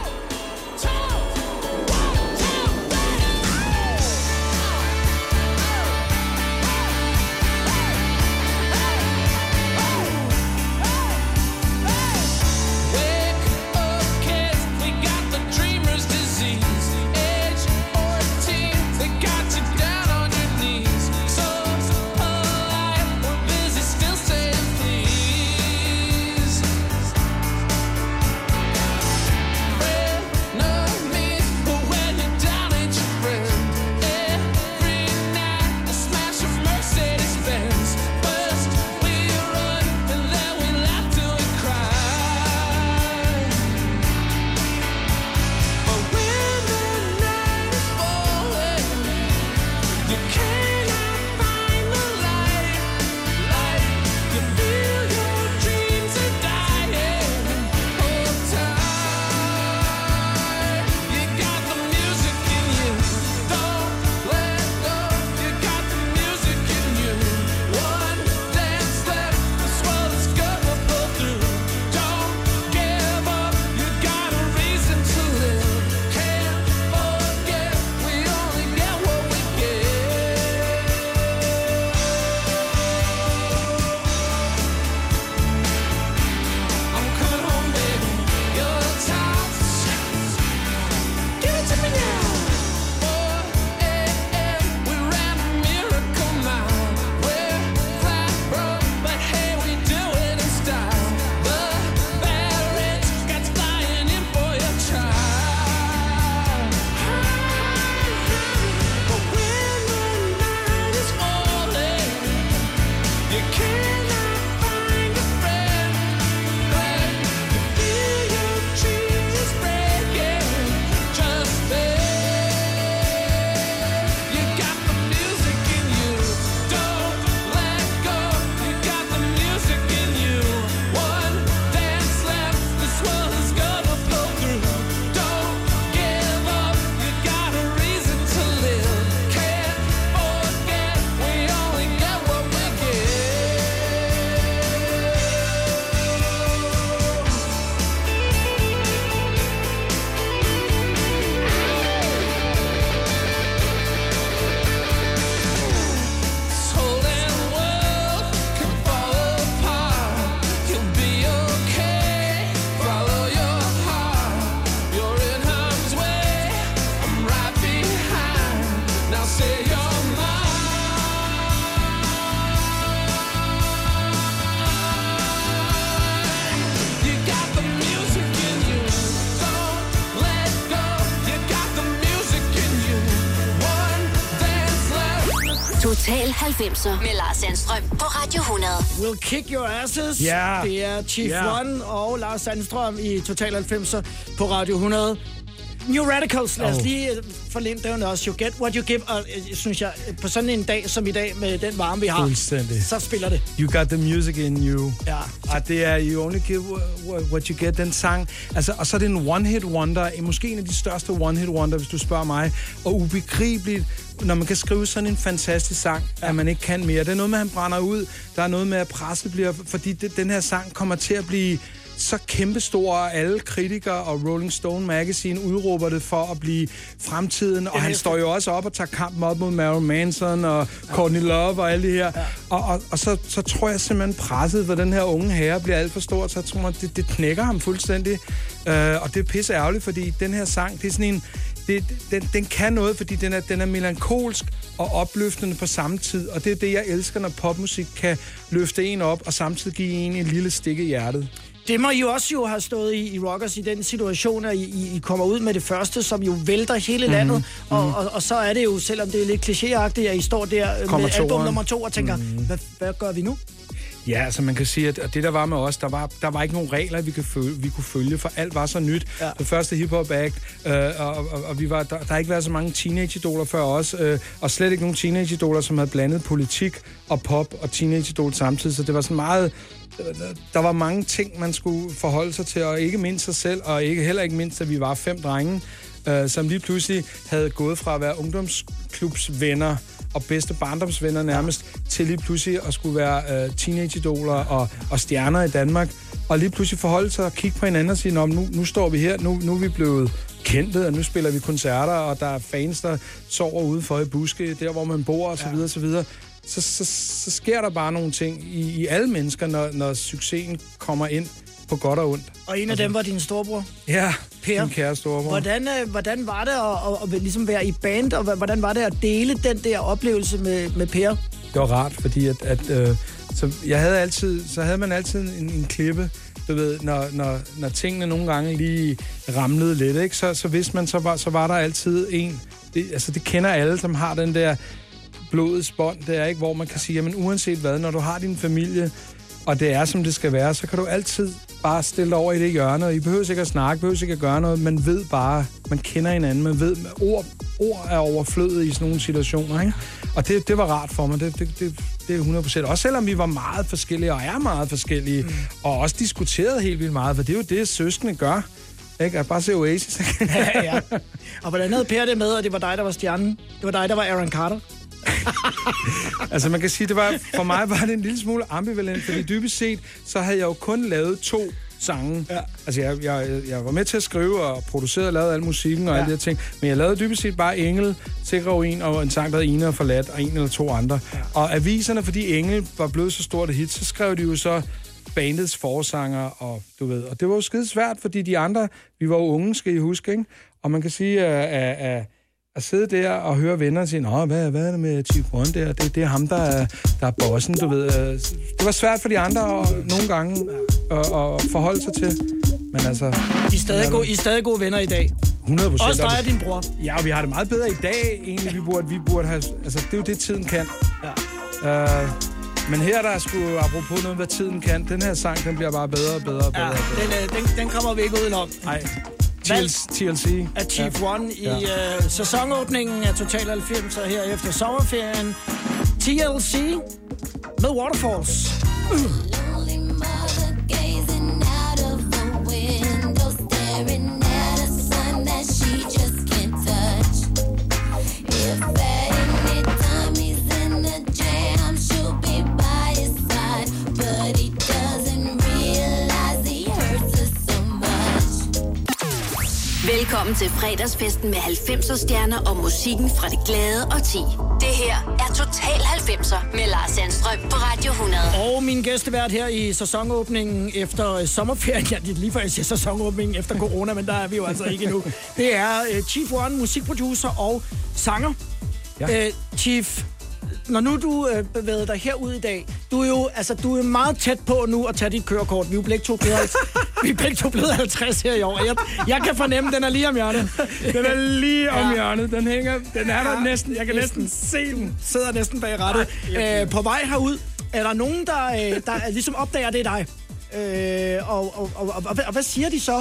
Total halvfemser med Lars Sandstrøm på Radio hundrede. Will kick your asses. Yeah. Det er Chief Yeah. One og Lars Sandstrøm i Total halvfemser på Radio hundrede. New Radicals, lad os Oh. lige forlænge den også. You get what you give, og øh, synes jeg, på sådan en dag som i dag, med den varme, vi har, Fuldstændig. så spiller det. You got the music in you. Ja. Og det er You Only Give What, what You Get, den sang. Altså, og så er det en one-hit wonder, måske en af de største one-hit wonder, hvis du spørger mig. Og ubegribeligt, når man kan skrive sådan en fantastisk sang, ja. At man ikke kan mere. Det er noget med, at han brænder ud. Der er noget med, at presset bliver... Fordi det, den her sang kommer til at blive så kæmpestor, og alle kritikere og Rolling Stone Magazine udråber det for at blive fremtiden. Og han står jo også op og tager kampen op mod Marilyn Manson og ja. Courtney Love og alle de her. Ja. Og, og, og så, så tror jeg simpelthen presset for den her unge herre bliver alt for stort, så jeg tror, det, det knækker ham fuldstændig. Uh, og det er pisse ærgerligt, fordi den her sang, det er sådan en... Det, den, den kan noget, fordi den er, den er melankolsk og opløftende på samme tid. Og det er det, jeg elsker, når popmusik kan løfte en op og samtidig give en en lille stik i hjertet. Det må I jo også jo have stået i, i Rockers i den situation, at I, I kommer ud med det første, som jo vælter hele landet. Mm-hmm. Og, og, og så er det jo, selvom det er lidt klichéagtigt, at I står der kommer med album nummer to og tænker, mm-hmm. hvad, hvad gør vi nu? Ja, altså man kan sige, at det der var med os, der var, der var ikke nogen regler, vi kunne følge, vi kunne følge for alt var så nyt. Ja. Det første hip-hop act, øh, og, og, og vi var, der, der har ikke været så mange teenage-idoler før os, øh, og slet ikke nogen teenage-idoler, som havde blandet politik og pop og teenage-idol samtidig, så det var sådan meget... Der var mange ting, man skulle forholde sig til, og ikke mindst sig selv, og ikke heller ikke mindst, at vi var fem drenge, øh, som lige pludselig havde gået fra at være ungdomsklubsvenner og bedste barndomsvenner nærmest, ja. Til lige pludselig at skulle være øh, teenage-idoler og, og stjerner i Danmark, og lige pludselig forholde sig og kigge på hinanden og sige, nu, nu står vi her, nu, nu er vi blevet kendte, og nu spiller vi koncerter, og der er fans, der sover ude for i buske, der hvor man bor, og så videre, og så videre. Så, så, så sker der bare nogle ting i, i alle mennesker, når, når succesen kommer ind på godt og ondt. Og en af dem var din storebror? Ja, Per. min kære storebror. Hvordan, øh, hvordan var det at, at, at ligesom være i band, og hvordan var det at dele den der oplevelse med, med Per? Det var rart, fordi at, at øh, så jeg havde altid, så havde man altid en, en klippe, du ved, når, når, når tingene nogle gange lige ramlede lidt, ikke? Så, så vidste man, så var, så var der altid en, det, altså det kender alle, som har den der blodets bånd, det er ikke, hvor man kan sige, jamen uanset hvad, når du har din familie, og det er, som det skal være, så kan du altid bare stille dig over i det hjørne, og I behøver ikke at snakke, behøver ikke at gøre noget, man ved bare, man kender hinanden, man ved, ord, ord er overflødet i sådan nogle situationer, ikke? Og det, det var rart for mig, det, det, det, det er hundrede procent. Også selvom vi var meget forskellige, og er meget forskellige, mm. og også diskuterede helt vildt meget, for det er jo det, søskende gør. Ikke? At bare se Oasis. Ja, ja. Og hvordan havde Per det med, og det var dig, der var stjernen? Det var dig, der var Aaron Carter? Altså man kan sige, det var, for mig var det en lille smule ambivalent, fordi dybest set, så havde jeg jo kun lavet to sange. Ja. Altså jeg, jeg, jeg var med til at skrive og producere og lavede al musikken og ja. Alle de her ting, men jeg lavede dybest set bare Engel, Sikre en og en sang, der hed Ene og Forladt, og en eller to andre. Ja. Og aviserne, fordi Engel var blevet så stort et hit, så skrev de jo så bandets forsanger, og du ved, og det var jo skide svært, fordi de andre, vi var jo unge, skal I huske, ikke? Og man kan sige, at, at at sidde der og høre venner sige, nå, hvad, hvad er det med Chief One der? Det, det er ham, der er, der er bossen, du ved. Det var svært for de andre og, nogle gange at, at forholde sig til. Men altså... I er stadig, gode, I er stadig gode venner i dag. hundrede procent. Også dig og din bror. Ja, og vi har det meget bedre i dag, egentlig. Vi burde, vi burde have... Altså, det er jo det, tiden kan. Ja. Uh, men her der er sgu, apropos noget, hvad tiden kan, den her sang, den bliver bare bedre og bedre og bedre. Ja, og bedre. Den, den, den kommer vi ikke udenom. Nej. T L C af Chief ja. One i ja. uh, sæsonåbningen af Total halvfemser her efter sommerferien. T L C med Waterfalls. Uh. Velkommen til fredagsfesten med halvfemser stjerner og musikken fra det glade og ti. Det her er Total halvfemser med Lars Sandstrøm på Radio hundrede. Og min gæstevært her i sæsonåbningen efter sommerferien, ja, det er lige før jeg siger sæsonåbningen efter corona, men der er vi jo altså ikke endnu. Det er uh, Chief One, musikproducer og sanger. Ja. Uh, Chief, når nu du øh, bevæger dig herud i dag, du er jo altså, du er meget tæt på nu at tage dit kørekort. Vi er jo begge to blevet, vi er begge to blevet halvtreds her i år. Jeg, jeg kan fornemme, den er lige om hjørnet. Den er lige om ja. hjørnet. Den hænger, den er der ja, næsten. Jeg kan næsten, næsten se den. Sidder næsten bag rattet. Øh, på vej herud, er der nogen, der, der ligesom opdager, det er dig? Øh, og, og, og, og, og, og hvad siger de så,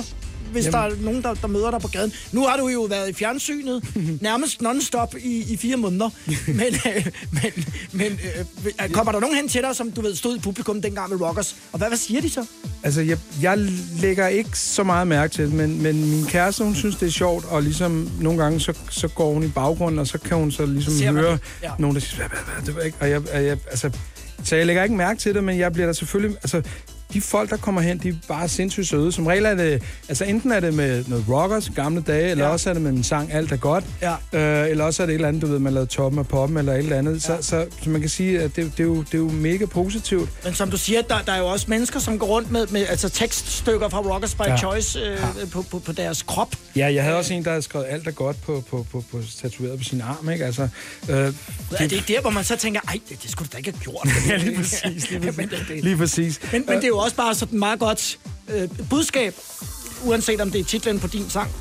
hvis Jamen. der er nogen, der, der møder dig på gaden. Nu har du jo været i fjernsynet nærmest non-stop i, i fire måneder. men øh, men, men øh, kommer der nogen hen til dig, som du ved stod i publikum dengang med Rockers? Og hvad, hvad siger de så? Altså, jeg, jeg lægger ikke så meget mærke til det, men, men min kæreste, hun synes, det er sjovt, og ligesom nogle gange, så, så går hun i baggrunden, og så kan hun så ligesom Ser høre ja. nogen, der siger, hvad, hvad, hvad, det var ikke, og jeg, jeg, altså, så jeg lægger ikke mærke til det, men jeg bliver der selvfølgelig, altså, de folk, der kommer hen, de er bare sindssygt søde. Som regel er det, altså enten er det med noget Rockers, gamle dage, eller ja. også er det med en sang, Alt er godt, ja. øh, eller også er det et eller andet, du ved, man lavede Toppen af Poppen, eller et eller andet. Ja. Så, så, så man kan sige, at det, det, er jo, det er jo mega positivt. Men som du siger, der, der er jo også mennesker, som går rundt med, med altså tekststykker fra Rockers by ja. Choice øh, ja. på, på, på deres krop. Ja, jeg havde også en, der havde skrevet Alt er godt på, på, på, på tatueret på sin arm, ikke? Altså, øh, er det ikke der, hvor man så tænker, ej, det, det skulle du da ikke have gjort. Ja, lige præcis. Lige præcis. Lige præcis. Men, men det er jo også bare sådan meget godt øh, budskab, uanset om det er titlen på din sang.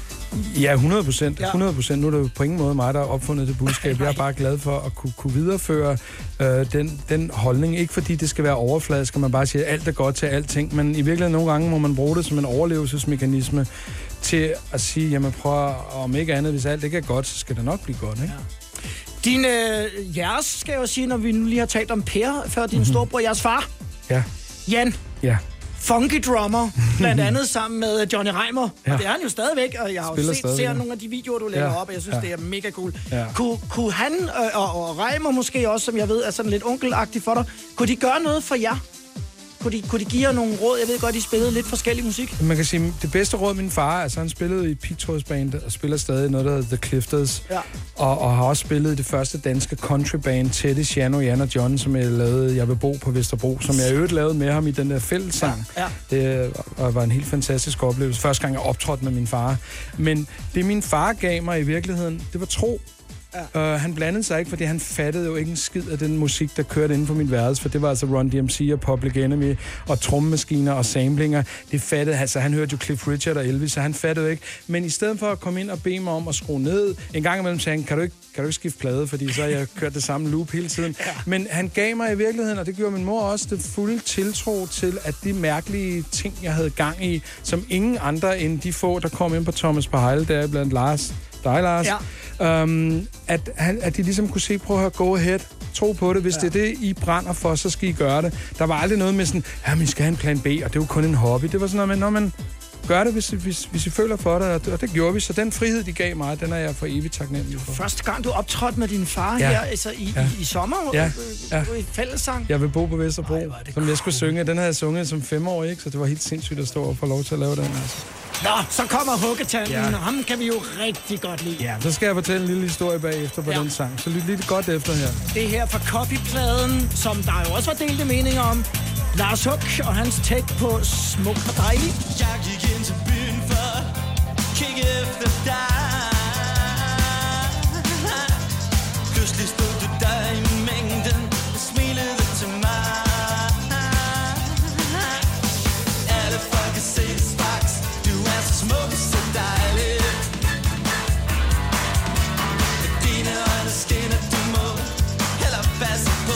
Ja, hundrede procent. hundrede procent. Nu er det jo på ingen måde mig, der har opfundet det budskab. Jeg er bare glad for at kunne, kunne videreføre øh, den, den holdning. Ikke fordi det skal være overfladisk, skal man bare sige, at alt er godt til alting. Men i virkeligheden nogle gange må man bruge det som en overlevelsesmekanisme til at sige, jamen prøv om ikke andet, hvis alt ikke er godt, så skal det nok blive godt, ikke? Ja. Din, øh, jeres, skal jeg jo sige, når vi nu lige har talt om Per, før din mm-hmm. storbror, jeres far. Ja. Jan. Ja. Funky drummer, blandt andet sammen med Johnny Reimer. Ja. Og det er han jo stadigvæk, og jeg har jo set stadig, ser ja. nogle af de videoer, du lægger ja. op, og jeg synes, ja. det er mega cool. Ja. Kun, kunne han øh, og, og Reimer måske også, som jeg ved er sådan lidt onkelagtigt for dig, kunne de gøre noget for jer? Kunne de, kunne de give jer nogle råd? Jeg ved godt, de spillede lidt forskellig musik. Man kan sige, det bedste råd, min far, altså han spillede i pigtrådsband og spiller stadig noget, der hedder The Clifters. Ja. Og, og har også spillet i det første danske countryband, Teddy, Shano, Jan og John, som jeg lavede, Jeg vil bo på Vesterbro, som jeg i øvrigt lavede med ham i den der fællessang. Ja. Ja. Det var, var en helt fantastisk oplevelse. Første gang, jeg optrådte med min far. Men det, min far gav mig i virkeligheden, det var tro. Ja. Uh, han blandede sig ikke, fordi han fattede jo ikke en skid af den musik, der kørte inden for mit værelse, for det var altså Run D M C og Public Enemy og trommemaskiner og samplinger. Det fattede, altså han hørte jo Cliff Richard og Elvis, så han fattede jo ikke. Men i stedet for at komme ind og bede mig om at skrue ned, en gang imellem sagde han, kan du ikke, kan du ikke skifte plade, fordi så har jeg kørt det samme loop hele tiden. Ja. Men han gav mig i virkeligheden, og det gjorde min mor også, det fulde tiltro til, at de mærkelige ting, jeg havde gang i, som ingen andre end de få, der kom ind på Thomas på Hejle, der blandt Lars, dig Lars, ja. um, at, at de ligesom kunne se, prøv at høre, go ahead, tro på det, hvis ja. det er det, I brænder for, så skal I gøre det. Der var aldrig noget med sådan, ja, men I skal have en plan B, og det er jo kun en hobby. Det var sådan noget med, når man gør det, hvis, hvis, hvis I føler for det, og det, og det gjorde vi. Så den frihed, de gav mig, den er jeg for evigt taknemmelig for. Første gang, du optrådte med din far ja. her, altså i, ja. i, i sommer, ja. Ja. i fællessang. Jeg vil bo på Vesterbro, Ej, som cool. jeg skulle synge. Den havde jeg sunget som femårig, ikke? Så det var helt sindssygt at stå og få lov til at lave den. Altså. Nå, så kommer Huggetanden, ja. og ham kan vi jo rigtig godt lide. Ja, så skal jeg fortælle en lille historie bagefter på ja. den sang. Så lyt lidt godt efter her. Det her fra Copypladen, som der jo også var delte meninger om. Lars Huck og hans take på Smuk og Dejlig. Jeg gik ind til byen for at kigge efter dig. Pludselig stod du der i mængden og smilede til mig. Alle folk kan se det straks. Du er så smuk og så dejlig. Med dine øjne skinner, du må heller passe på.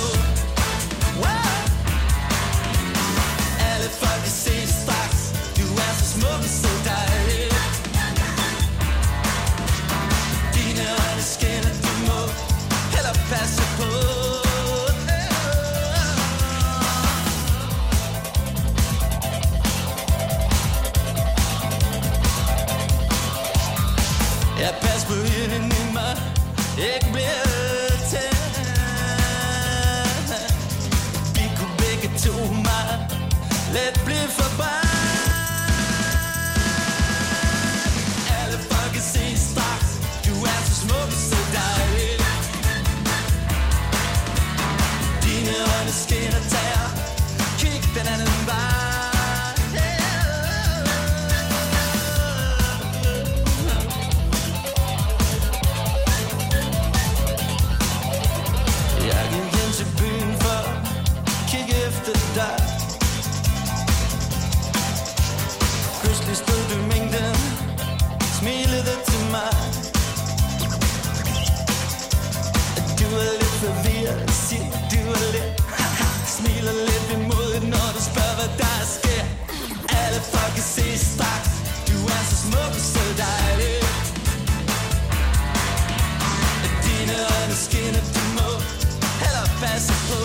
Alle folk kan se det straks. Du er så smuk og så dejlig. Dine øjne skinner, du må heller passe på. Jeg passer på hende i mig, ikke bliver tæt. Vi kunne begge to meget let blive forbandt. Alle folk kan se straks, du er så smuk og så dejlig. Dine øjne skinner, tager, kig den anden vej. Jeg gik ind til byen for at kigge efter dig. Pludselig stod du i mængden, smilede til mig. Du er lidt forvirret, siger du er lidt. Smiler lidt imod, når du spørger, hvad der sker. Alle folk kan se straks, du smuk og så dejlig. Dine øjne skinner, du må heller passe på.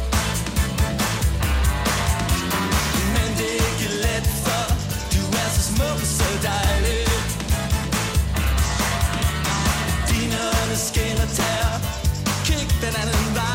Men det er ikke let, for du er så smuk og så dejlig. Dine øjne skinner, tager kig den anden vej.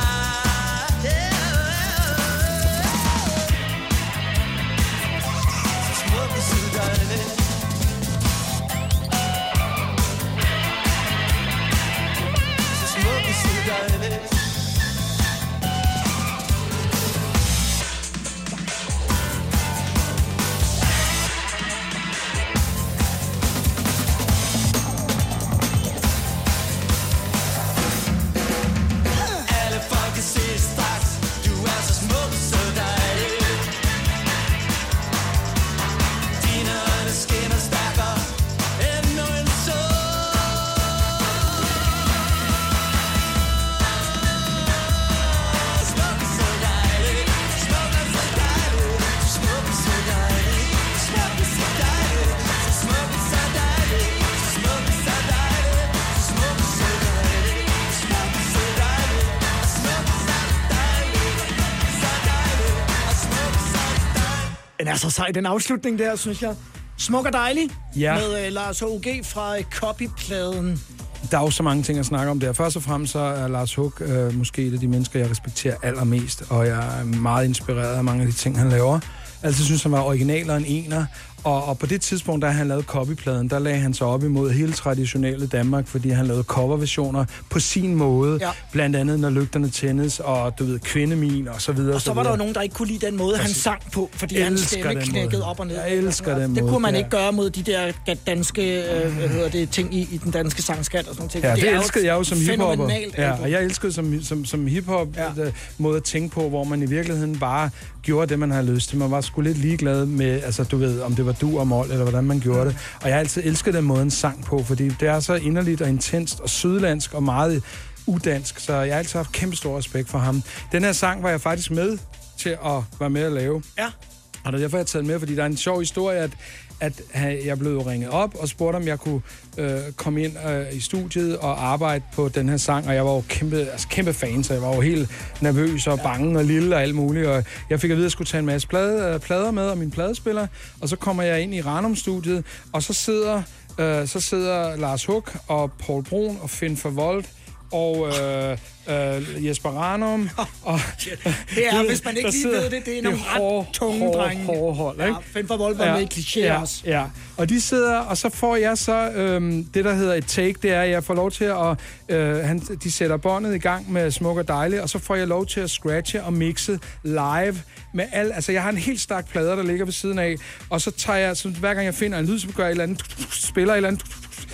Den er så sej, den afslutning der, synes jeg. Smuk og dejlig. Ja. Med uh, Lars H U G fra uh, Copypladen. Der er jo så mange ting at snakke om der. Først og fremmest så er Lars Hug øh, måske et af de mennesker, jeg respekterer allermest, og jeg er meget inspireret af mange af de ting, han laver. Altså synes han var original og en ener, og, og på det tidspunkt, da han lavede Copypladen, der lagde han sig op imod hele traditionelle Danmark, fordi han lavede coverversioner på sin måde, ja. Blandt andet Når lygterne tændes, og du ved, Kvindemin, og så videre. Og så var der jo nogen, der ikke kunne lide den måde, han sang på, fordi hans stemme knækkede op og ned. Jeg elsker den måde. Det kunne man ja. ikke gøre mod de der danske, øh, hvad hedder det, ting i, i den danske sangskat og sådan noget. Ja, det, det elskede jeg jo som hiphopper. Ja, og jeg elskede som, som, som hiphop ja. måde at tænke på, hvor man i virkeligheden bare gjorde det, man havde lyst til. Man var sgu lidt ligeglad med, altså du ved, om det var du og mol, eller hvordan man gjorde det. Og jeg har altid elsket den måde, en sang på, fordi det er så inderligt og intenst og sydlandsk og meget udansk, så jeg har altid haft kæmpe stor respekt for ham. Den her sang var jeg faktisk med til at være med at lave. Ja. Og det er derfor, jeg har taget med, fordi der er en sjov historie, at, at jeg blev ringet op og spurgte, om jeg kunne øh, komme ind øh, i studiet og arbejde på den her sang, og jeg var jo kæmpe, altså kæmpe fan, så jeg var jo helt nervøs og bange og lille og alt muligt, og jeg fik at vide, at jeg skulle tage en masse plade, øh, plader med og min pladespiller, og så kommer jeg ind i Ranum-studiet, og så sidder, øh, så sidder Lars Hug og Paul Brun og Finn Forvold og øh, øh, Jesper Ranum. Oh, det er, hvis man ikke lige ved det, det er nogle ret tunge drenge. Hårde hold, ikke? Ja, Finn Forvold var med i kliché ja, også. Ja, og de sidder, og så får jeg så, øhm, det der hedder et take, det er, at jeg får lov til at, øh, han, de sætter båndet i gang med Smuk og Dejlig, og så får jeg lov til at scratche og mixe live med al, altså jeg har en helt stak plader, der ligger ved siden af, og så tager jeg, så hver gang jeg finder en lyd, så gør jeg et eller andet, spiller et eller andet,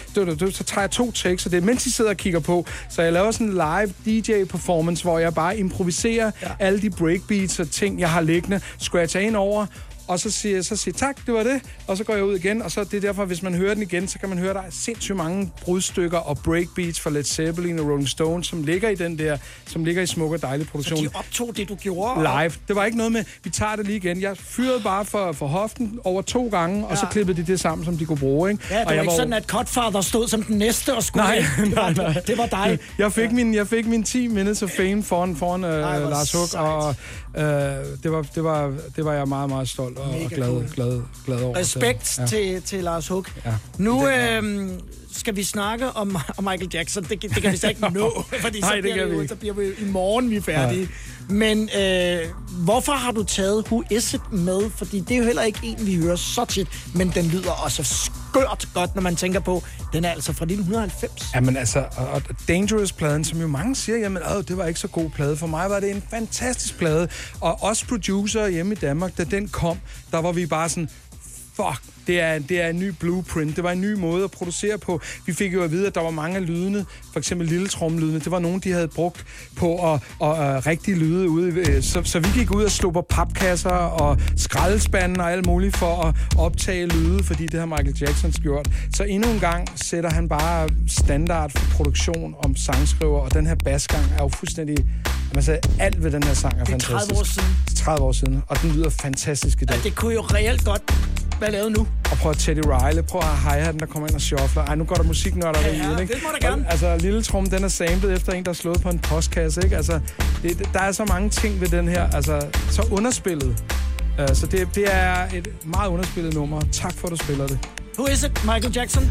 så tager jeg to takes, og det er, mens de sidder og kigger på. Så jeg laver sådan en live D J-performance, hvor jeg bare improviserer ja. alle de breakbeats og ting, jeg har liggende, scratcher ind over, og så siger jeg så siger, tak, det var det, og så går jeg ud igen, og så det er derfor, hvis man hører den igen, så kan man høre, at der er sindssygt mange brudstykker og breakbeats fra Led Zeppelin og Rolling Stones, som ligger i den der, som ligger i Smuk og Dejlig produktion. Så de optog det, du gjorde? Live. Det var ikke noget med, vi tager det lige igen. Jeg fyrede bare for, for hoften over to gange, ja. og så klippede de det sammen, som de kunne bruge, ikke? Ja, det var og jeg ikke var... sådan, at Godfather stod som den næste og skulle... Nej, det var, nej, nej. Det var dig. Jeg fik, ja. min, jeg fik min ti minutes of fame foran, foran øh, Ej, Lars Hug, og øh, det, var, det, var, det var jeg meget, meget stolt og, og glad, cool. glad, glad over. Respekt ja. til, til Lars Hug. Ja. Nu øh, skal vi snakke om, om Michael Jackson. Det, det kan vi så ikke nå, fordi Nej, så, bliver vi, vi så bliver vi i morgen, vi er færdige. Ja. Men øh, hvorfor har du taget Who Is It med? Fordi det er jo heller ikke en, vi hører så tit, men den lyder også skørt godt, når man tænker på, den er altså fra nitten halvfems. Jamen altså, og Dangerous-pladen, som jo mange siger, jamen øh, det var ikke så god plade. For mig var det en fantastisk plade. Og os producer hjemme i Danmark, da den kom, der var vi bare sådan, fuck, det er, det er en ny blueprint. Det var en ny måde at producere på. Vi fik jo at vide, at der var mange af lydene, for eksempel lille trommelydene, det var nogen, de havde brugt på at, at, at rigtig lyde ude. Så, så vi gik ud og slog på papkasser og skraldespanden og alt muligt for at optage lyde, fordi det har Michael Jackson gjort. Så endnu en gang sætter han bare standard for produktion om sangskriver, og den her basgang er jo fuldstændig... Altså, alt ved den her sang er fantastisk. Det er tredive år siden. tredive år siden, og den lyder fantastisk i dag. Ja, det kunne jo reelt godt Hvad lavede nu? Og prøv at Teddy Riley, prøv at have hi-hatten, der kommer ind og shuffler. Ej, nu går der musiknørder Ja, ved ja, igen, ikke? det må da gerne. Og, altså, lille trum, den er samlet efter en, der er slået på en postkasse, ikke? Altså, det, det, der er så mange ting ved den her, altså, så underspillet. Uh, så det, det er et meget underspillet nummer. Tak for, at du spiller det. Who is it? Michael Jackson?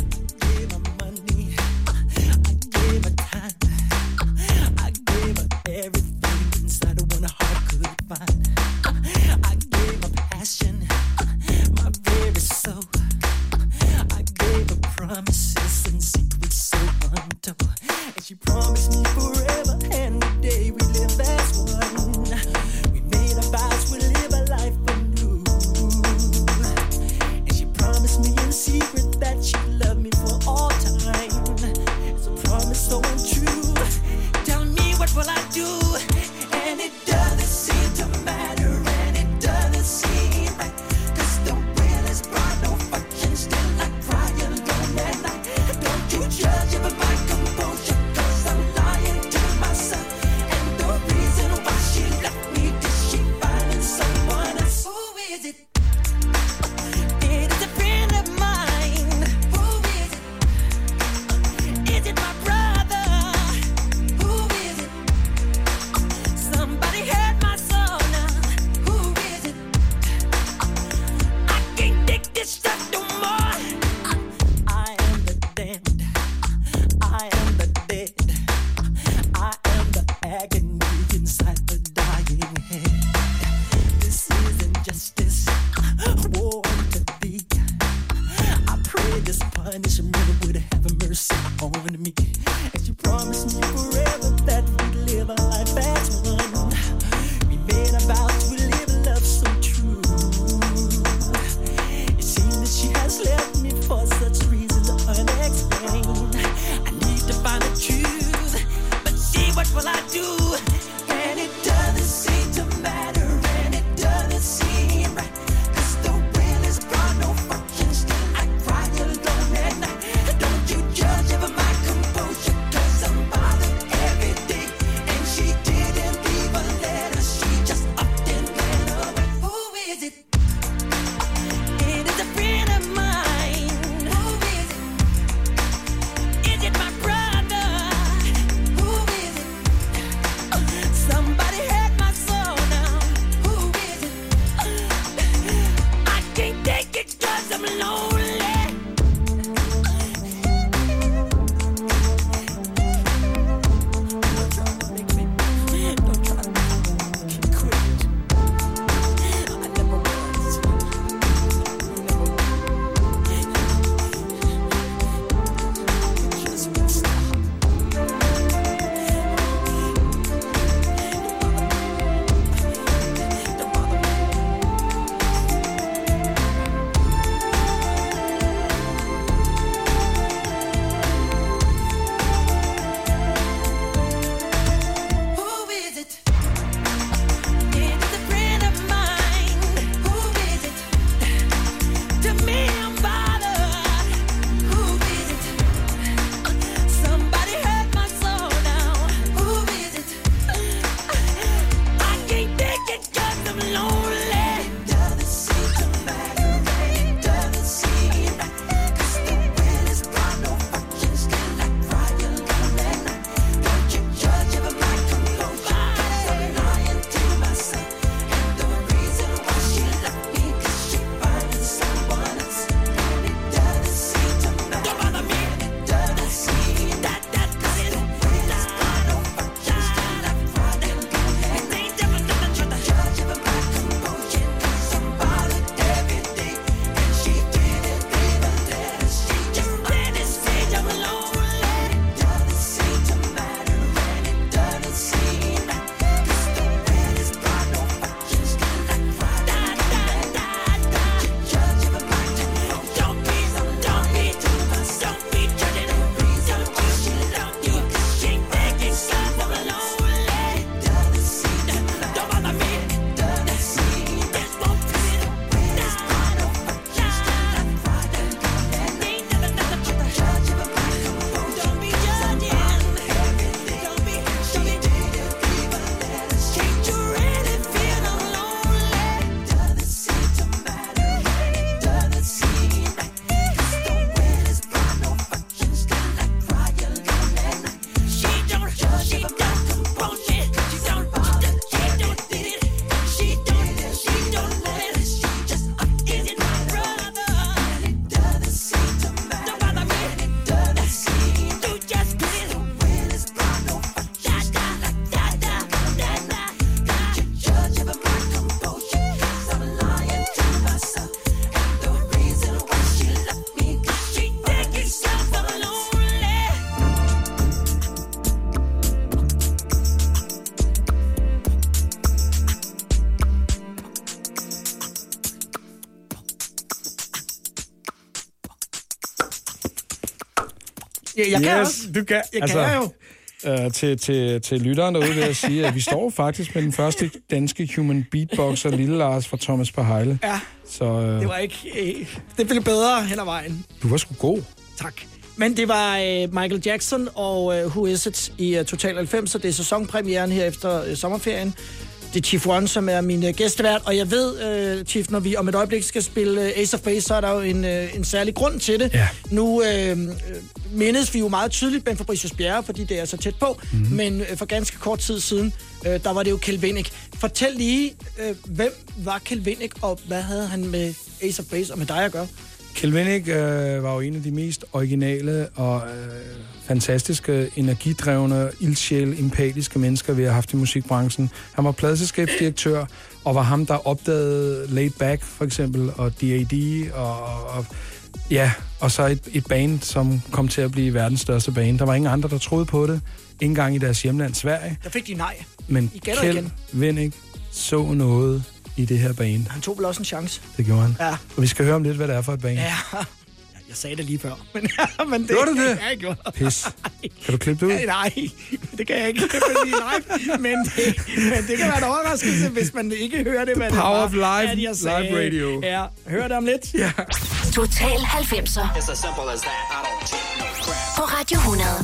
Ja, jeg kan yes, også. Du kan. Jeg altså, kan jo. Øh, til, til, til lytteren derude vil jeg sige, at vi står faktisk med den første danske human beatboxer, Lille Lars fra Thomas Bahejle. Ja, så, øh, det var ikke... Øh, det blev bedre hen ad vejen. Du var sgu god. Tak. Men det var øh, Michael Jackson og øh, Who Is It i uh, Total halvfems, så det er sæsonpremieren her efter øh, sommerferien. Det er Chief One, som er min øh, gæstevært, og jeg ved, øh, Chief, når vi om et øjeblik skal spille øh, Ace of Base, så er der jo en, øh, en særlig grund til det. Ja. Nu øh, mindes vi jo meget tydeligt Ben Fabricius Bjerre, fordi det er så tæt på, mm-hmm. men øh, for ganske kort tid siden, øh, der var det jo Kjeld Winnick. Fortæl lige, øh, hvem var Kjeld Winnick, og hvad havde han med Ace of Base og med dig at gøre? Kjeld Winnick øh, var jo en af de mest originale og øh, fantastiske, energidrevne, ildsjæl, empatiske mennesker, vi har haft i musikbranchen. Han var pladeselskabsdirektør, og var ham, der opdagede Laid Back, for eksempel, og D A D, og, og ja, og så et, et band, som kom til at blive verdens største band. Der var ingen andre, der troede på det. Ingen engang i deres hjemland, Sverige. Der fik de nej. Men igen og Kjeld igen. Winnick så noget i det her band. Han tog vel også en chance. Det gjorde han. Ja. Og vi skal høre om lidt, hvad det er for et band. Ja, jeg sagde det lige før. Men, men det, gjorde du det? Ja, jeg gjorde. Pis. Kan du klippe det ud? Ja, nej, det kan jeg ikke. Fordi, nej, men, det, men det kan være en overraskelse, hvis man ikke hører det, hvad det Power var, of live, at jeg sagde. live radio. Ja, hør det om lidt. Ja. Total halvfemser It's as simple as that. I don't take no crap. på Radio hundrede.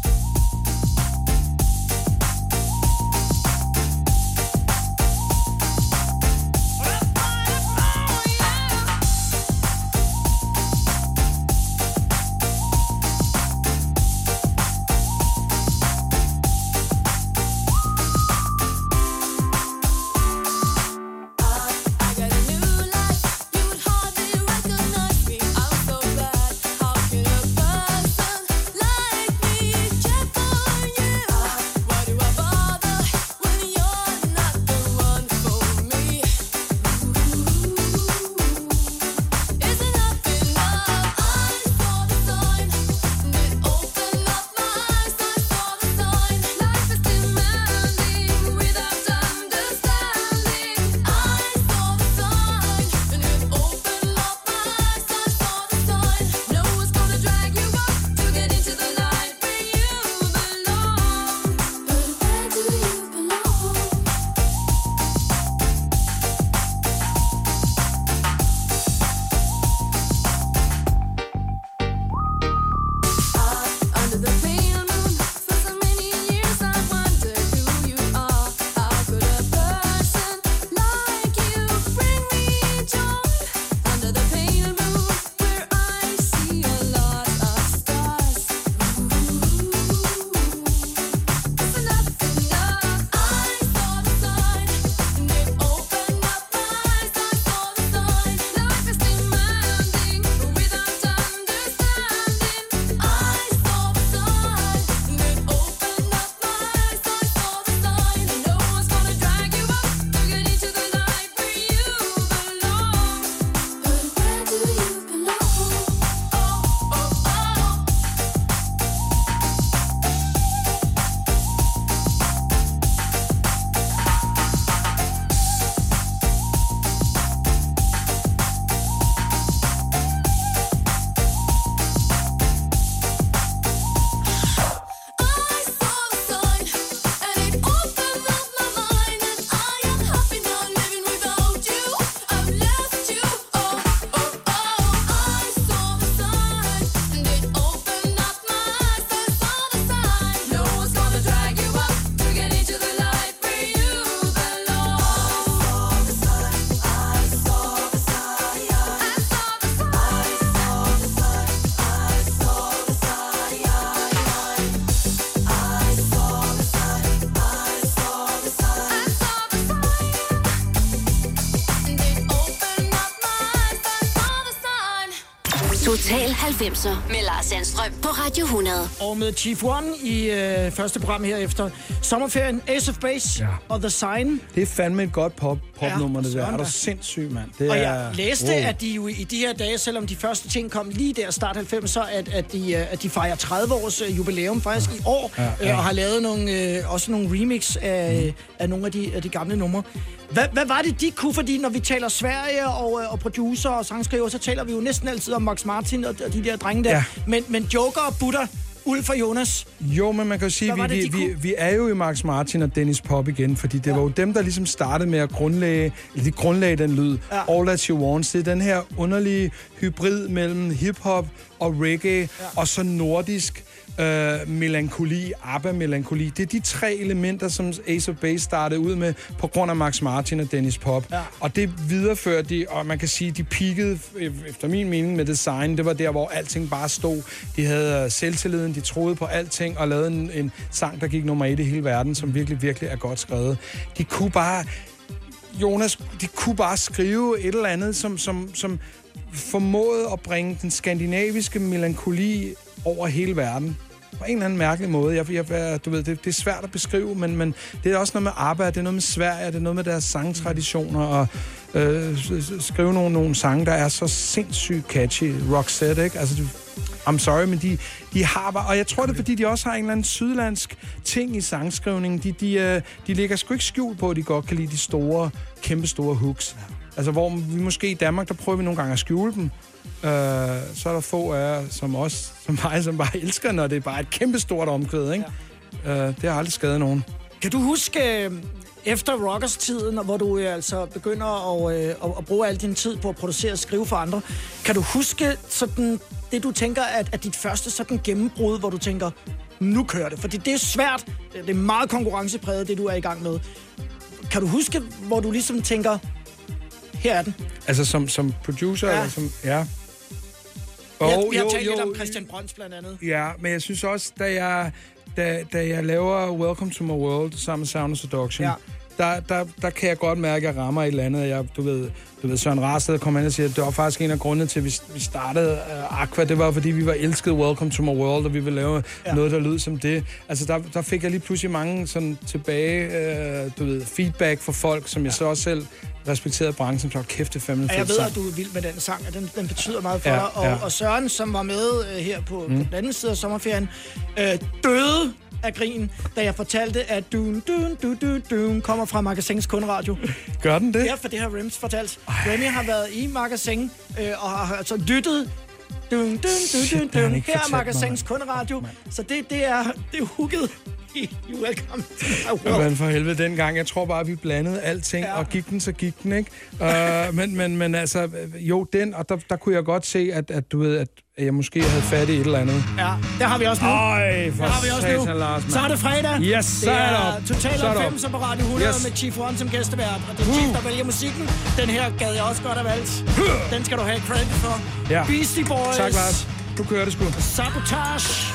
Total halvfemser med Lars Sandstrøm på Radio hundrede. Og med Chief One i øh, første program her efter sommerferien. Ace of Base Ja. og The Sign. Det er fandme et godt pop, popnummer, Ja, det der. sådan Er du da. sindssyg, mand? Det Og er, jeg læste, wow. at de jo i de her dage, selvom de første ting kom lige der start halvfemser, at, at, de, øh, at de fejrer tredive års øh, jubilæum faktisk i år, Ja, ja, ja. ja. og har lavet nogle, øh, også nogle remix af, mm. af nogle af de, af de gamle numre. Hvad, hvad var det, de kunne? Fordi når vi taler Sverige og, øh, og producer og sangskriver, så taler vi jo næsten altid om Max Martin og, og de der drenge der. Ja. Men, men Joker og Buddha, Ulf og Jonas. Jo, men man kan jo sige, Hvad var vi, det, de vi, vi, vi er jo i Max Martin og Dennis Pop igen, fordi det ja. var jo dem, der ligesom startede med at grundlægge, eller de grundlagde den lyd, ja. All That She Wants. Det er den her underlige hybrid mellem hip-hop og reggae, ja. og så nordisk øh, melankoli, ABBA-melankoli. Det er de tre elementer, som Ace of Base startede ud med på grund af Max Martin og Dennis Pop. Ja. Og det videreførte de, og man kan sige, de peakede, efter min mening, med design. Det var der, hvor alting bare stod. De havde selvtilliden, de troede på alting, og lavede en, en sang, der gik nummer et i hele verden, som virkelig, virkelig er godt skrevet. De kunne bare... Jonas, de kunne bare skrive et eller andet, som, som, som formåede at bringe den skandinaviske melankoli over hele verden. På en eller anden mærkelig måde. Jeg, jeg, du ved, det, det er svært at beskrive, men, men det er også noget med ABBA, det er noget med Sverige, det er noget med deres sangtraditioner, og øh, skrive nogle, nogle sange, der er så sindssygt catchy. Roxette, ikke? Altså, I'm sorry, men de, de har bare... Og jeg tror, det er, fordi de også har en eller anden sydlandsk ting i sangskrivningen. De, de, øh, de ligger sgu ikke skjult på, at de godt kan lide de store, kæmpe store hooks. Altså, hvor vi måske i Danmark, der prøver vi nogle gange at skjule dem. Uh, så er der få af jer, som os, som mig, som bare elsker, når det er bare et kæmpe stort omkvæd, ikke? Ja. Uh, det har aldrig skadet nogen. Kan du huske, efter Rockers-tiden, hvor du øh, altså begynder at, øh, at, at bruge al din tid på at producere og skrive for andre, kan du huske sådan, det, du tænker, at, at dit første sådan gennembrud, hvor du tænker, nu kører det? Fordi det er svært, det er meget konkurrencepræget, det du er i gang med. Kan du huske, hvor du ligesom tænker, her er den? Altså som, som producer? Ja. Eller som, ja. Oh, jeg, jo, jeg talte jo, lidt om Christian Brøns blandt andet. Ja, men jeg synes også, da jeg, da, da jeg laver Welcome to My World sammen med Sound of Seduction, ja. der, der, der kan jeg godt mærke, at jeg rammer et eller andet. Jeg, du ved, du ved, Søren Rasted kom ind og siger, at det var faktisk en af grundene til, at vi, vi startede uh, Aqua. Det var, fordi vi var elskede Welcome to My World, og vi ville lave ja. noget, der lød som det. Altså, der, der fik jeg lige pludselig mange sådan tilbage, uh, du ved, feedback fra folk, som jeg så også selv respekterede branchen, så kæft, det fandme fedt. Jeg ved, at du er vild med den sang, og den, den betyder meget for ja, dig. Og, ja. og Søren, som var med uh, her på, mm. på den anden side af sommerferien, uh, døde af grin, da jeg fortalte, at dun, dun, dun, dun, dun, kommer fra Magasin's kundradio. Gør den det? Ja, for det har Rems fortalt. Remy har været i Magasin øh, og har altså lyttet. Dun, dun, dun, dun, dun. Her er Magasin's kundradio. Så det, det er, det er hooket i Welcome to My World. Men for helvede, dengang, jeg tror bare, at vi blandede alting, ja. og gik den, så gik den, ikke? uh, men, men, men altså, jo, den, og der, der kunne jeg godt se, at, at du ved, at jeg måske havde fat i et eller andet. Ja, det har vi også nu. Øj, for det har vi også nu. satan, Lars, så er det fredag. Yes, så er det Det er Total halvfems på Radio hundrede yes. med Chief One som gæstevært. Og det er Chief, der vælger musikken. Den her gad jeg også godt have valgt. Den skal du have credit for. Ja. Beastie Boys. Tak, Lars. Du kører det sgu. Sabotage.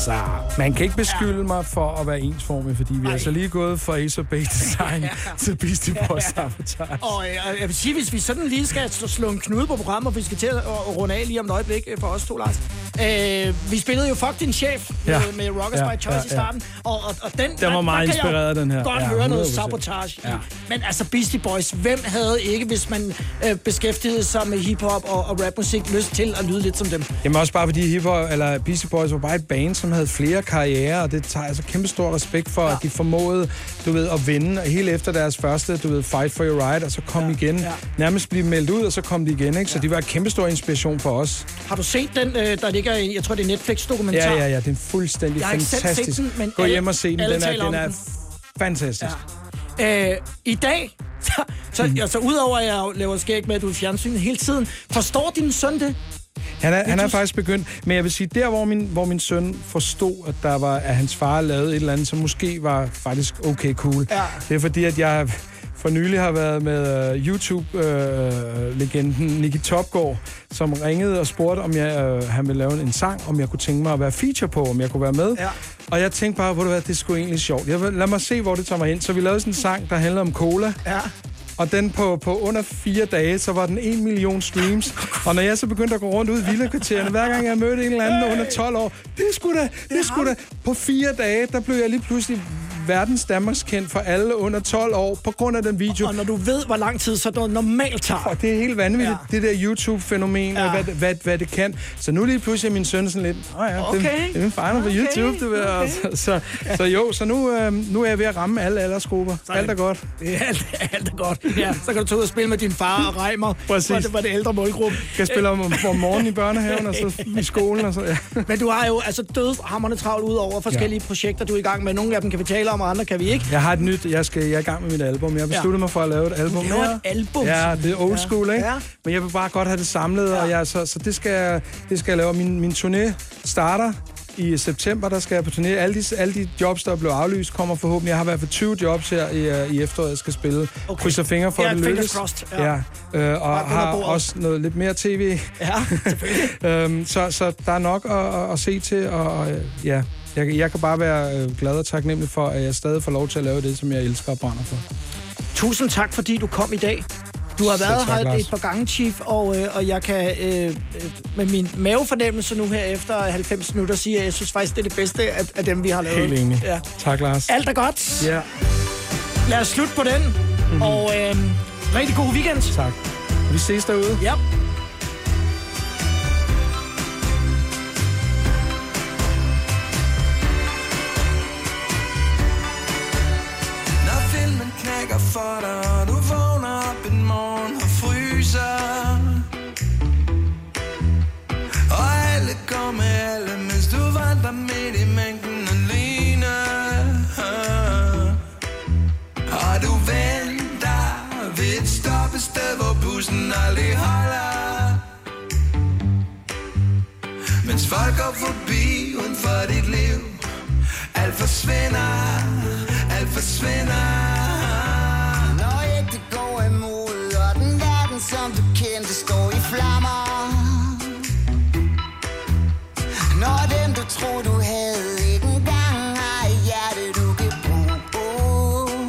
altså, man kan ikke beskylde mig for at være ensformig, fordi vi er altså lige gået fra Ace of Base Design til Beastie Boys Sabotage. Og øh, jeg vil sige, hvis vi sådan lige skal slå en knude på programmet, og vi skal til at runde af lige om et øjeblik for os to, Lars. Øh, vi spillede jo Fuck Din Chef Ja. med, med Rockers Ja, by Choice ja, i starten, og, og, og den, Den var der, meget der kan inspireret af den her. Jeg godt Ja, høre noget hundrede procent. sabotage i. Ja. Men altså Beastie Boys, hvem havde ikke, hvis man øh, beskæftigede sig med hiphop og, og rapmusik, lyst til at lyde lidt som dem? Jamen også bare fordi hiphop, eller Beastie Boys var bare et band, som havde flere karrierer, og det tager altså kæmpe stor respekt for, ja. At de formåede, du ved, at vinde helt efter deres første, du ved, Fight for Your Right, og så kom ja. igen. Ja. Nærmest blive meldt ud, og så kom de igen, ikke? Så ja. De var en kæmpe stor inspiration for os. Har du set den, øh, der ligger i, jeg tror det er Netflix-dokumentar? Ja, ja, ja, det er en fuldstændig Jeg har ikke selv fantastisk. set den, men Gå alle- hjem og se den, alle den er, taler den om er den. fantastisk. Ja. Øh, I dag, så, så, mm. altså, udover at jeg laver skæg med, at du er fjernsynet hele tiden, forstår din søn det? Han er, han er faktisk begyndt, men jeg vil sige, der hvor min, hvor min søn forstod, at der var, at hans far lavede et eller andet, som måske var faktisk okay cool. Ja. Det er fordi, at jeg for nylig har været med uh, YouTube-legenden uh, Nicky Topgaard, som ringede og spurgte, om jeg, uh, han ville lave en sang, om jeg kunne tænke mig at være feature på, om jeg kunne være med. Ja. Og jeg tænkte bare, hvor det var, det skulle egentlig sjovt. Jeg vil, lad mig se, hvor det tager mig hen. Så vi lavede sådan en sang, der handler om cola. Ja. Og den på, på under fire dage, så var den en million streams. Og når jeg så begyndte at gå rundt ud i villakvartererne, hver gang jeg mødte en eller anden under tolv år, det er sgu da, det er sgu da. På fire dage, der blev jeg lige pludselig verdens Danmarkskendt for alle under tolv år, på grund af den video. Og når du ved, hvor lang tid så noget normalt tager. Og det er helt vanvittigt, ja. Det der YouTube-fænomen, Ja. ja. hvad, hvad, hvad det kan. Så nu lige pludselig er min søn sådan lidt, åh ja, Okay. det, det er min far på Okay. YouTube, du ved. Okay. Så, så, så jo, så nu, øh, nu er jeg ved at ramme alle aldersgrupper. Alt er godt. Ja, alt, alt er godt. Ja, så kan du tage ud og spille med din far og Reimer, Præcis. hvor det var det ældre målgruppe. Jeg spiller om, om morgenen i børnehaven, og så i skolen, og så, ja. Men du har jo altså dødhamrende travlt ud over forskellige ja. projekter, du er i gang med. Nogle af dem kan vi tale om, og andre kan vi ikke. Jeg har et nyt, jeg, skal, jeg er i gang med mit album. Jeg har besluttet ja. mig for at lave et album. Du laver et album? Ja, det er old school, ikke? Ja. Men jeg vil bare godt have det samlet, ja. og jeg, så, så det, skal, det skal jeg lave. Min, min turné starter i september, der skal jeg på turné. Alle de, alle de jobs, der er blevet aflyst, kommer forhåbentlig. Jeg har i hvert fald tyve jobs her i, i efteråret, jeg skal spille. Okay. Krydser fingre for, Ja, at det fingers lykkes. crossed, ja. Ja. Øh, og Bare under har bordet. også noget lidt mere tv. Ja, selvfølgelig. øhm, så, så der er nok at, at, at se til, og, og ja... Jeg, jeg kan bare være øh, glad og taknemmelig for, at jeg stadig får lov til at lave det, som jeg elsker og brænder for. Tusind tak, fordi du kom i dag. Du har været tak, her Lars. et par gange, Chief, og, øh, og jeg kan øh, øh, med min mavefornemmelse nu her efter halvfems minutter sige, at jeg synes faktisk, det er det bedste af, af dem, vi har lavet. Helt enig. Ja. Tak, Lars. Alt er godt. Ja. Lad os slutte på den, mm-hmm. og øh, rigtig god weekend. Tak. Vi ses derude. Ja. Når filmen knækker for dig, og du vågner op en morgen og fryser, og alle går med alle, mens du vandrer midt i mængden alene, og du venter ved et stoppested, hvor bussen aldrig holder, mens folk går forbi uden for dit liv. Alt forsvinder, alt forsvinder. Når ikke det går imod, og den verden, som du kendte, står i flammer. Når dem, du troede, du havde, ikke engang har et hjerte, du kan bruge.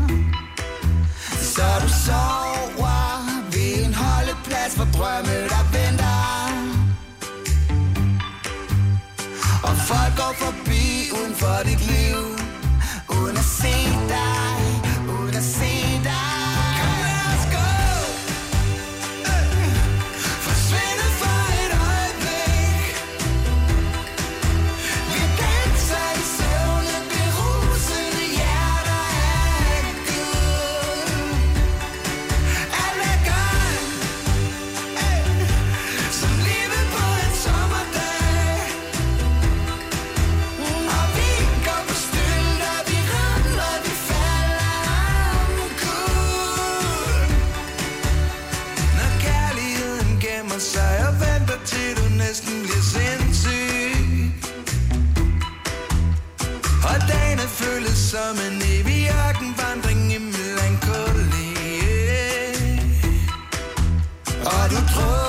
Så du sover ved en holdeplads for drømme, der venter. Og folk går forbi uden for dit liv, uden at se dig, uden at se dig. Kom lad os gå, øh. forsvinde for et øjeblik. Vi danser i søvne, berusende hjerter af Gud. Alt er godt, øh. som livet på en sommerdag. Og vi går på stylter, vi ramler, vi falder omkuld. Når kærligheden gemmer sig og venter til du næsten bliver sindssyg, og dagene føles som en evig ørkenvandring i melankoli, og du tror